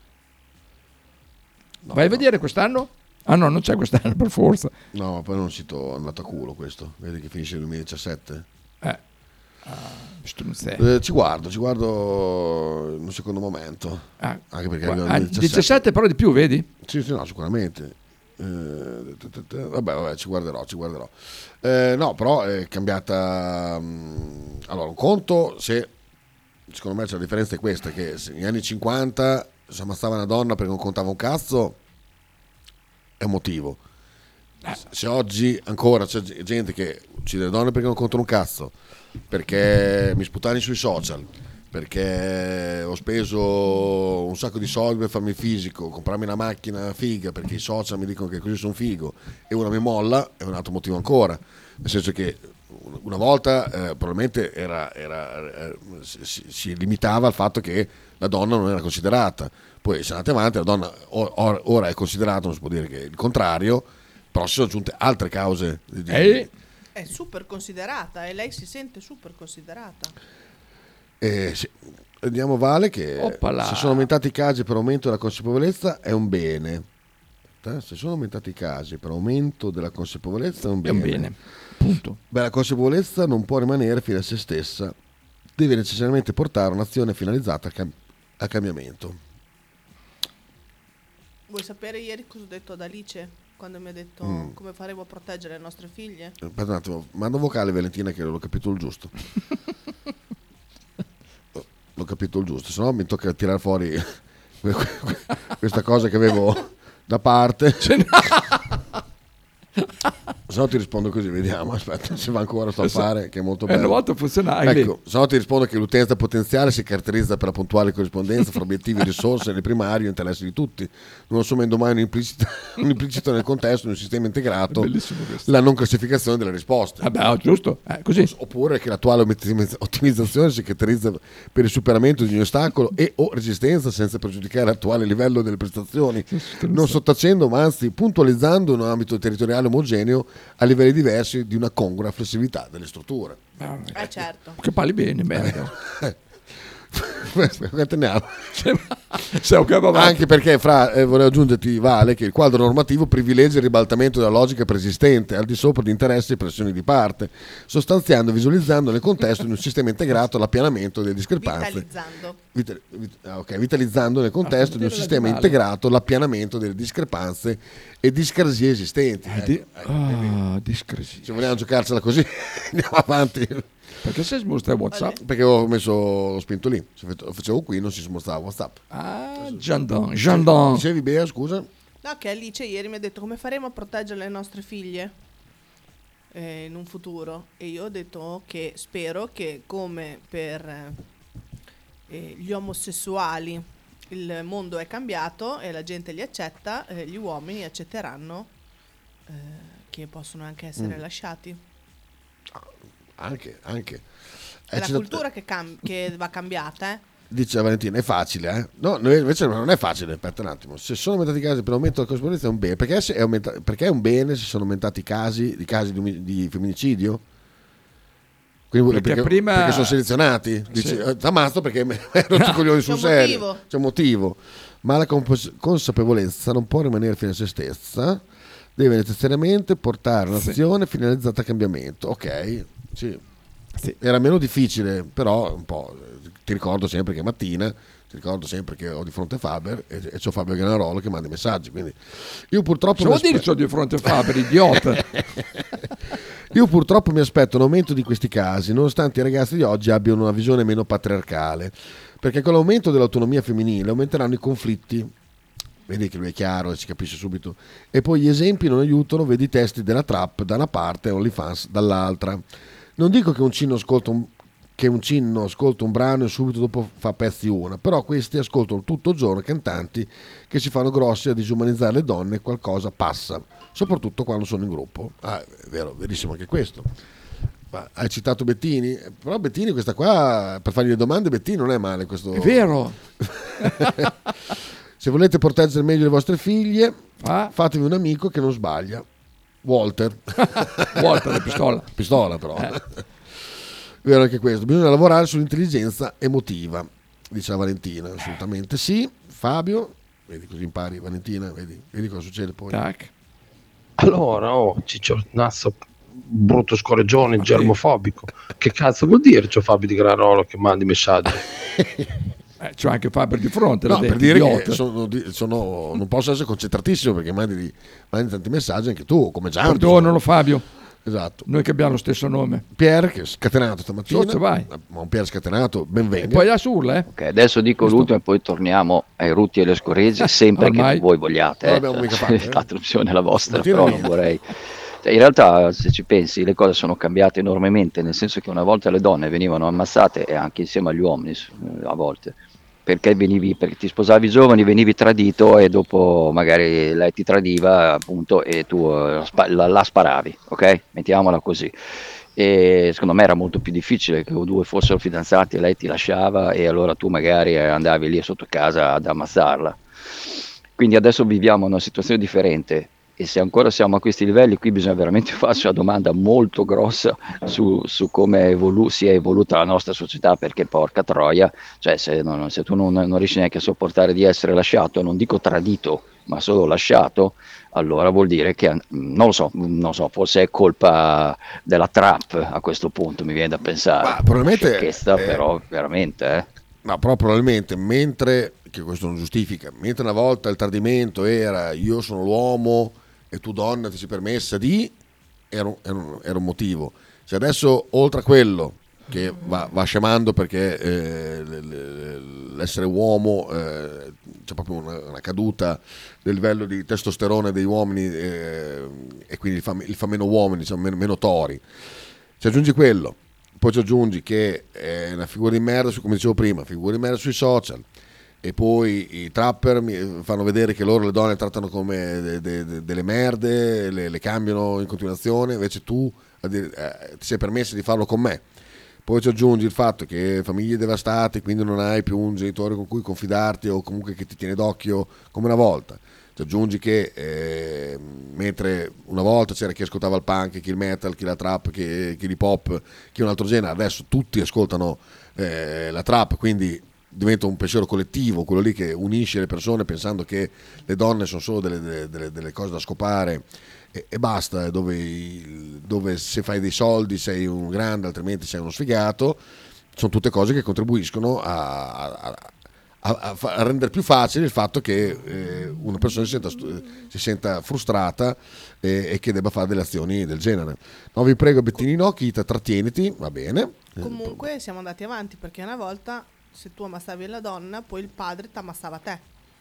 No, Vai a no. vedere quest'anno? Ah no, non c'è quest'anno per forza. No, ma poi non è un sito andato a culo questo. Vedi che finisce nel duemiladiciassette? Eh. Ah. Strunze. Eh, ci guardo, ci guardo in un secondo momento. Ah, Anche perché qua- abbiamo ah, diciassette però di più, vedi? Sì, sì, no, sicuramente. Eh, t- t- t- vabbè, vabbè, ci guarderò, ci guarderò. Eh, no, però è cambiata. mh, Allora, un conto, se secondo me c'è la differenza è questa: che se negli anni cinquanta si ammazzava una donna perché non contava un cazzo, è un motivo. Se oggi ancora c'è gente che uccide le donne perché non contano un cazzo, perché mi sputani sui social, perché ho speso un sacco di soldi per farmi il fisico, comprarmi una macchina figa perché i social mi dicono che così sono figo e una mi molla, è un altro motivo ancora. Nel senso che una volta eh, probabilmente era, era, eh, si, si limitava al fatto che la donna non era considerata, poi se andate avanti la donna or- or- ora è considerata, non si può dire che è il contrario, però si sono aggiunte altre cause di, di- Eh, È super considerata e lei si sente super considerata. Eh, sì. Vediamo Vale che Oppala. se sono aumentati i casi per aumento della consapevolezza è un bene. Eh, Se sono aumentati i casi per aumento della consapevolezza è un È bene. un bene. Punto. Beh, la consapevolezza non può rimanere fine a se stessa, deve necessariamente portare un'azione finalizzata al, cam- al cambiamento. Vuoi sapere ieri cosa ho detto ad Alice? Quando mi ha detto Mm. come faremo a proteggere le nostre figlie? Aspetta un attimo, manda un vocale Valentina che l'ho capito il giusto. L'ho capito il giusto, se no mi tocca tirare fuori que- que- questa cosa che avevo da parte. Se no ti rispondo così, vediamo, aspetta, se va ancora sto a fare, che è molto Eh, bello. una volta funziona anche Ecco, se no ti rispondo che l'utenza potenziale si caratterizza per la puntuale corrispondenza fra obiettivi e risorse nel primario interesse di tutti, non assumendo mai un implicito, un implicito nel contesto di un sistema integrato Bellissimo questo. la non classificazione delle risposte. Vabbè, oh, giusto, eh, così. Oppure che l'attuale ottimizz- ottimizzazione si caratterizza per il superamento di ogni ostacolo e o resistenza senza pregiudicare l'attuale livello delle prestazioni, non sottacendo ma anzi puntualizzando un ambito territoriale omogeneo a livelli diversi di una congrua flessibilità delle strutture. Eh certo. Che parli bene, merda. Quante ne ha? Se ok, va avanti. Anche perché fra eh, volevo aggiungerti Vale che il quadro normativo privilegia il ribaltamento della logica preesistente al di sopra di interessi e pressioni di parte, sostanziando e visualizzando nel contesto di un sistema integrato l'appianamento delle discrepanze. Vitalizzando. Vita- vit- ah, ok, vitalizzando nel contesto di un dire sistema l'animale. integrato l'appianamento delle discrepanze e discrasie esistenti. Di- Ecco, ecco, ah, discresia. se vogliamo giocarcela così andiamo avanti. Perché sei smostra WhatsApp? Perché ho messo ho spinto lì, se lo facevo qui non si smostrava WhatsApp. Ah, Jandon, Jandon. Dicevi Bea, scusa? No, che Alice ieri mi ha detto come faremo a proteggere le nostre figlie eh, in un futuro. E io ho detto che spero che come per eh, gli omosessuali il mondo è cambiato e la gente li accetta, eh, gli uomini accetteranno eh, che possono anche essere Mm. lasciati. Anche, anche. È Eh, la c'è da- cultura che, cam- che va cambiata, eh. Dice la Valentina, è facile, eh? No, noi invece non è facile, aspetta un attimo. Se sono aumentati i casi per aumento della corrispondenza è un bene. Perché, se è, aumenta- perché è un bene se sono aumentati i casi, i casi di, umi- di femminicidio? Quindi vuol- Perché perché, prima- perché sono selezionati? Dici, Sì. eh, t'ammazzo perché mi hai rotto i coglioni sul C'è un serio. motivo. C'è un motivo. Ma la compos- consapevolezza non può rimanere fine a se stessa, deve necessariamente portare un'azione finalizzata al cambiamento. Ok, sì. Sì. Era meno difficile, però un po'. Ti ricordo sempre che mattina, ti ricordo sempre che ho di fronte Faber e, e c'ho Fabio Granarolo che manda i messaggi. Quindi io purtroppo. Cosa mi vuol dire aspe- c'ho di fronte a Faber, idiota? Io purtroppo mi aspetto un aumento di questi casi, nonostante i ragazzi di oggi abbiano una visione meno patriarcale, perché con l'aumento dell'autonomia femminile aumenteranno i conflitti. Vedi che lui è chiaro e si capisce subito. E poi gli esempi non aiutano, vedi i testi della trap da una parte e OnlyFans dall'altra. Non dico che un cinno ascolta un, che un cinno ascolta un brano e subito dopo fa pezzi una, però questi ascoltano tutto il giorno cantanti che si fanno grossi a disumanizzare le donne e qualcosa passa, soprattutto quando sono in gruppo. Ah, è vero, verissimo anche questo. Ma hai citato Bettini, però Bettini questa qua, per fargli le domande, Bettini non è male questo. È vero. Se volete proteggere meglio le vostre figlie, Ah. fatevi un amico che non sbaglia. Walter. Walter, la pistola. Pistola però. Eh. Vero anche questo. Bisogna lavorare sull'intelligenza emotiva, dice la Valentina. Assolutamente sì. Fabio, vedi così impari Valentina, vedi, vedi cosa succede poi. Tac. Allora, oh, Ciccio Nasso, brutto scorreggione, germofobico. Che cazzo vuol dire c'ho Fabio Di Granarolo che mandi messaggi? Eh, c'ho anche Fabio di fronte. No, l'ha per detto, dire idiota. che sono, sono- non posso essere concentratissimo perché mandi, mandi tanti messaggi anche tu, come Giampi. Perdonalo Fabio. Esatto. Noi che abbiamo lo stesso nome. Pier che è scatenato stamattina. Sozzo, vai. Ma un Pier scatenato, ben venga. E poi a Surla, eh? Ok, adesso dico l'ultimo e poi torniamo ai rutti e alle scoregge, sempre Ormai. che voi vogliate. Non Eh. l'abbiamo mica fatto, eh. La traduzione è la vostra, Stamattina però niente. non vorrei. Cioè, in realtà, se ci pensi, le cose sono cambiate enormemente, nel senso che una volta le donne venivano ammazzate e anche insieme agli uomini, eh, a volte. Perché venivi, perché ti sposavi giovani, venivi tradito e dopo magari lei ti tradiva, appunto, e tu eh, spa- la, la sparavi, ok? Mettiamola così. E secondo me era molto più difficile che due fossero fidanzati e lei ti lasciava e allora tu magari andavi lì sotto casa ad ammazzarla. Quindi adesso viviamo una situazione differente e se ancora siamo a questi livelli qui bisogna veramente farsi una domanda molto grossa su, su come evolu- si è evoluta la nostra società, perché porca troia, cioè se, non- se tu non, non riesci neanche a sopportare di essere lasciato, non dico tradito, ma solo lasciato, allora vuol dire che, non lo so, non so, forse è colpa della trap a questo punto, mi viene da pensare. Ma probabilmente, Sciocchezza, eh, però veramente, eh. No, però probabilmente mentre, che questo non giustifica, mentre una volta il tradimento era io sono l'uomo e tu donna ti sei permessa di, era un, era un- era un motivo. Se adesso oltre a quello che va, va scemando perché eh, l- l- l'essere uomo eh, c'è proprio una, una caduta del livello di testosterone dei uomini eh, e quindi fa, il fa meno uomini, diciamo, meno, meno tori. Ci aggiungi quello, poi ci aggiungi che è una figura di merda, su- come dicevo prima, figura di merda sui social, e poi i trapper mi fanno vedere che loro le donne trattano come de- de- de- delle merde, le, le cambiano in continuazione, invece tu a dire- eh, ti sei permesso di farlo con me. Poi ci aggiungi il fatto che famiglie devastate, quindi non hai più un genitore con cui confidarti o comunque che ti tiene d'occhio come una volta. Ci aggiungi che eh, mentre una volta c'era chi ascoltava il punk, chi il metal, chi la trap, chi, chi l'hip hop, chi un altro genere, adesso tutti ascoltano eh, la trap, quindi diventa un pensiero collettivo, quello lì che unisce le persone pensando che le donne sono solo delle, delle- delle- delle cose da scopare e, e basta, dove, il- dove se fai dei soldi sei un grande, altrimenti sei uno sfigato. Sono tutte cose che contribuiscono a, a- a- a fa- a rendere più facile il fatto che eh, una persona si senta, stu- si senta frustrata e, e che debba fare delle azioni del genere. No, vi prego, Bettini, no, Kita, trattieniti, va bene. Comunque siamo andati avanti perché una volta se tu ammassavi la donna, poi il padre ti ammassava te.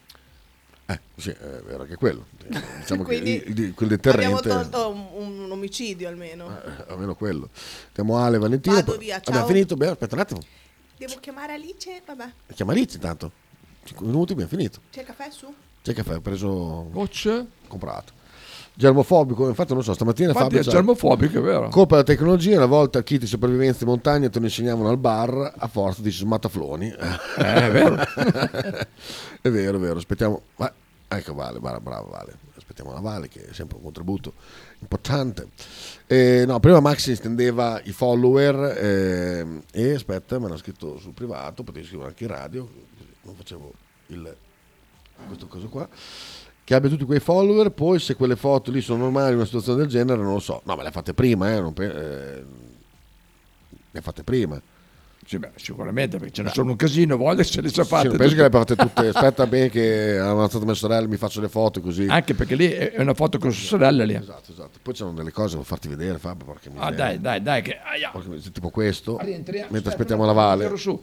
Eh, sì, è vero che quello. Diciamo che Quindi il- il- quel abbiamo deterrente, tolto un, un omicidio almeno. eh, almeno quello. Abbiamo Ale, Valentino. Vado poi- via, Abbiamo ciao. finito, beh, aspetta un attimo. Devo chiamare Alice? Vabbè. Chiama Alice intanto. cinque minuti, abbiamo finito. C'è il caffè su? C'è il caffè, ho preso. Gocce. Comprato. Germofobico, infatti non so, stamattina Infatti Fabio è c'ha- germofobico, è vero. Colpa della tecnologia, una volta kit di sopravvivenza in montagna te lo insegnavano al bar a forza di smattafloni. Eh, è vero. È vero, è vero, aspettiamo. Ma, ecco Vale, bravo, bravo Vale. Aspettiamo la Vale che è sempre un contributo importante. Eh, no, prima Maxi stendeva i follower eh, e aspetta, me l'ha scritto sul privato, potevi scrivere anche in radio, così non facevo il questo coso qua. Che abbia tutti quei follower, poi se quelle foto lì sono normali in una situazione del genere non lo so. No, ma le ha fatte prima, eh, non pe- eh, le ha fatte prima. Sì, beh, sicuramente perché ce ne sono un casino, voglio se le sa Sì, fatte. non penso tutte. che le abbia fatte tutte. Aspetta bene che hanno ammazzato mia sorella, mi faccio le foto così. Anche perché lì è una foto con sua sorella lì. Esatto, esatto. Poi c'erano delle cose da farti vedere, Fabio, porca miseria. Ah, dai, dai, dai, che aia. Porca miseria, tipo questo, Rientriamo. mentre Aspetta, aspettiamo la Vale. tiro su.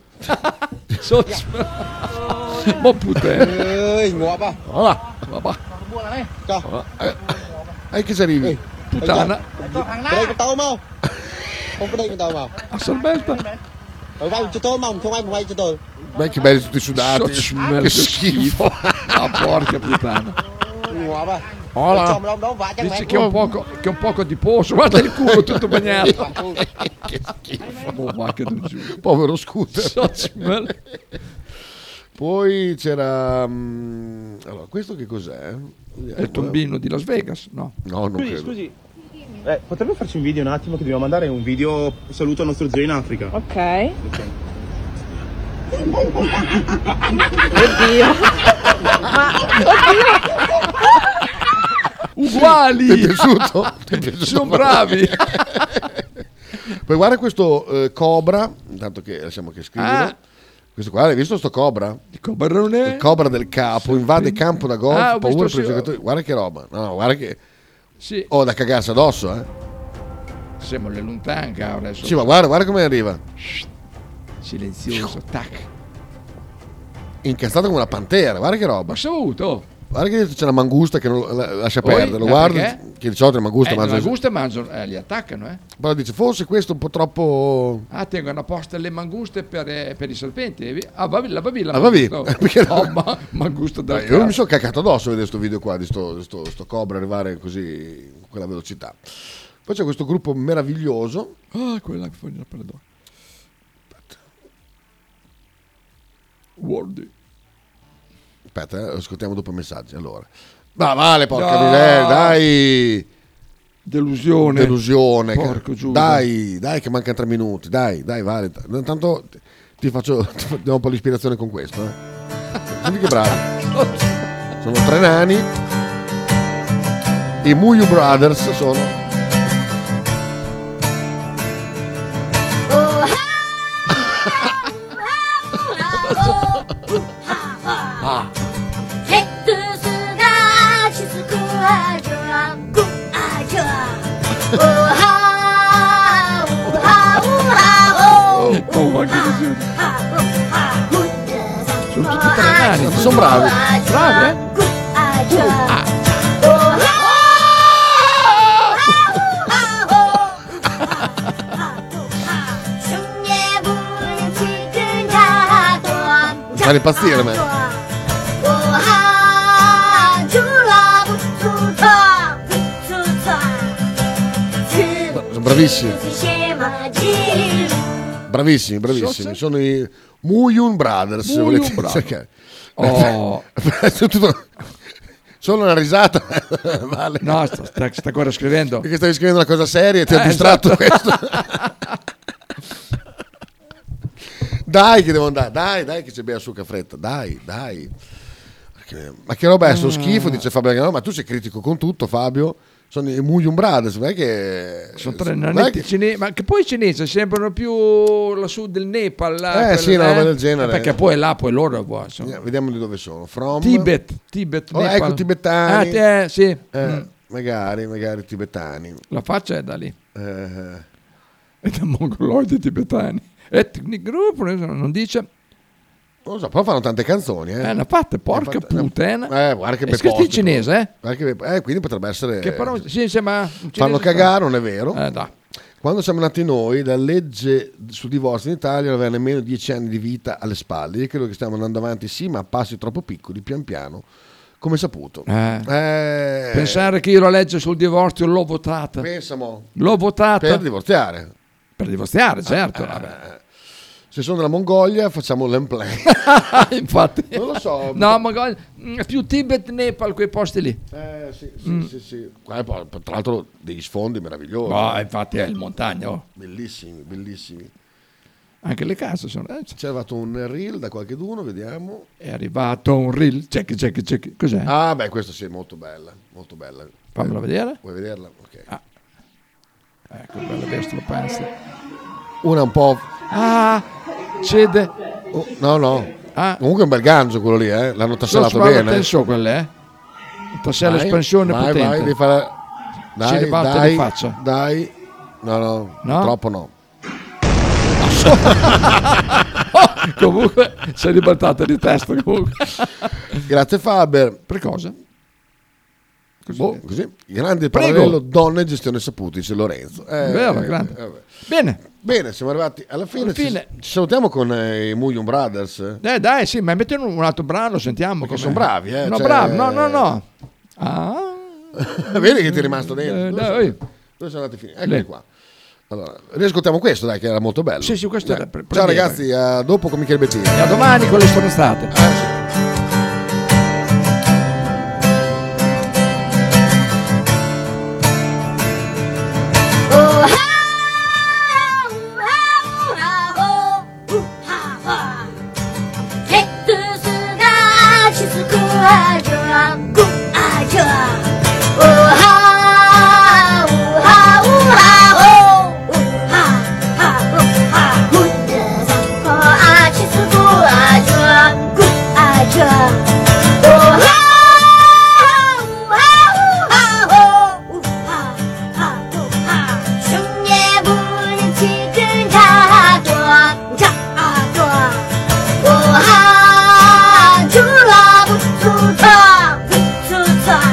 Ma puttana. Ơi, ngọt à? Voilà. Vabbè. Cho. Eh, eh, che ci arrivi? Puttana. Cái đây có tôm không? Không có đây có tôm không? A sorbetta. Ở vay cho tôm không? Không ai vay cho tôi. Beh, che belli tutti sudati. Che Che schifo. Ah, porca puttana. Ngọt à? Hola. Cho mà đông đó vả chắc Dice mẹ. che è un poco, che è un poco di poso, guarda il culo tutto bagnato. Che schifo. Oh, ma che non giù. Povero scooter. Sozzmel. Poi c'era mm, allora questo che cos'è? È il tombino di Las Vegas, no? No, non Scusi, credo. scusi. Eh, potrebbe farci un video un attimo che dobbiamo mandare un video saluto al nostro zio in Africa. Ok. Oddio. Ma uguali. Ti è piaciuto? Ti è piaciuto? Sono bravi. Poi guarda questo eh, Cobra, intanto che lasciamo che scrivino. Ah. Questo qua, hai visto sto Cobra? Il cobrone. Il Cobra del capo, invade campo da golf, Ah, ho paura visto, per i sì. giocatori. Guarda che roba. No, guarda che... Sì. Oh, da cagarsi addosso, eh. Siamo le lontane adesso. Sì, ma guarda, guarda come arriva. Silenzioso, tac. Incazzato come una pantera, guarda che roba. Ma si è avuto. Guarda che c'è la mangusta che non lo- la- lascia Poi, perdere, lo eh, guarda, perché? che di solito la mangusta Eh, mangia. la mangusta mangiano, eh, li attaccano, eh. Però dice, forse questo è un po' troppo... Ah, tengono apposta le manguste per, eh, per i serpenti. eh. Ah, va via, la va via la Ah, va via. mangusta. Perché no? Oh, ma, mangusta del Dai, io mi cazzo. sono caccato addosso a vedere questo video qua di sto, di sto, sto Cobra arrivare così con quella velocità. Poi c'è questo gruppo meraviglioso. Ah, quella che fa una perdona. Wordy. Aspetta, eh, ascoltiamo dopo i messaggi. Allora, ma vale, porca No. miseria, dai. Delusione. Delusione. Porco che- Giuda. dai, dai, che mancano tre minuti. Dai, dai, vale. Intanto ti- ti faccio ti fa- diamo un po' l'ispirazione con questo. Eh. Senti che bravi. Sono tre nani. I Muyu Brothers sono. 아. 객두수가 지수구하죠 구하죠 우하 우하 우하 오 Oh, anche così. Sono tutti tre nani. Sono bravi. Bravi, eh? Fanno impazzire a me. Sono bravissimi. Bravissimi, bravissimi. Sono i Muyun Brothers. se Muyun volete Brothers. cercare. Oh. Tutto- Solo una risata. Vale. No, sta, sta, sta ancora scrivendo. Perché stavi scrivendo una cosa seria e ti ho Eh, distratto esatto. questo. Dai che devo andare, dai, dai che c'è bella succa fretta, dai, dai. Perché- ma che roba è, sono schifo, dice Fabio Gagnano, ma tu sei critico con tutto, Fabio. Sono i Muyun Brothers, non è che... Sono tre non è nanetti che- cinesi, ma che poi i cinesi sembrano più lassù del Nepal. Là, Eh, sì, una roba del genere. Perché poi là, poi loro boh, sono- Vediamo- Vediamo di dove sono. From... Tibet, Tibet, Oh, Nepal. ecco, tibetani. Ah, ti- eh, sì. Eh, Mm. Magari, magari tibetani. La faccia è da lì. Eh, È da mongoloidi tibetani. Ethnic group, non dice. non lo so, però fanno tante canzoni. Eh, Eh, ne ha fatte, porca Ne ha fatte- puttana. Eh, guarda che È bei scritto in posti, cinese, eh? Guarda che bei- eh, quindi potrebbe essere... Che però, sì, sembra un cinese Fanno strano. cagare, non è vero? Eh, dai. Quando siamo nati noi, la legge sul divorzio in Italia aveva nemmeno dieci anni di vita alle spalle. Io credo che stiamo andando avanti, sì, ma a passi troppo piccoli, pian piano, come saputo. Eh. Eh, Pensare che io la legge sul divorzio l'ho votata. Pensa mo. L'ho votata. Per divorziare. Per divorziare, certo. Eh, vabbè. Se sono della Mongolia facciamo l'emplay. Infatti. Non lo so. No, magari mm, più Tibet, Nepal, quei posti lì. Eh, sì, sì, Mm. sì, sì. Qua, poi, tra l'altro degli sfondi meravigliosi. No, infatti è il montagna. Oh. Bellissimi, bellissimi. Anche le case sono. eh, C'è arrivato un reel da qualcheduno, vediamo. È arrivato un reel. Check, check, check. Cos'è? Ah, beh, questo sì, è molto bella, molto bella. Fammela vedere. Vuoi vederla? Ok. Ah. Ecco, bella bestia, lo pensi. Una un po'... Ah, cede. Oh, no, no. Ah. Comunque è un bel ganzo quello lì, eh. L'hanno tassato bene. Attenzione quelle, eh. Tassella Vai, espansione vai, potente. vai, devi fare... Si Dai, ribatte dai, di faccia. dai. No, no, No? troppo no. Oh, comunque si è ribaltata di testa comunque. Grazie Faber. Per cosa? Così. Boh, così. Grande Prego. parallelo donne e gestione saputi, dice Lorenzo. Eh, Vero, eh, grande. eh, vabbè. Bene. Bene, siamo arrivati alla fine. Alla Ci- fine. Ci, salutiamo con eh, i Muyun Brothers. Eh, dai, sì, ma metti un altro brano, sentiamo. Perché com'è. sono bravi, eh, No, cioè- bravi, no, no, no. Ah. Vedi che ti è rimasto dentro? Eh, Dove, dai, sono, oi. dove sono andati a finire? Eccoli Lì. qua. Allora, riascoltiamo questo, dai, che era molto bello. Sì, sì, questo Dai. era pre- Ciao premiere. ragazzi, a dopo con Michele Bettini. E a domani con le stronzate. Ah, sì.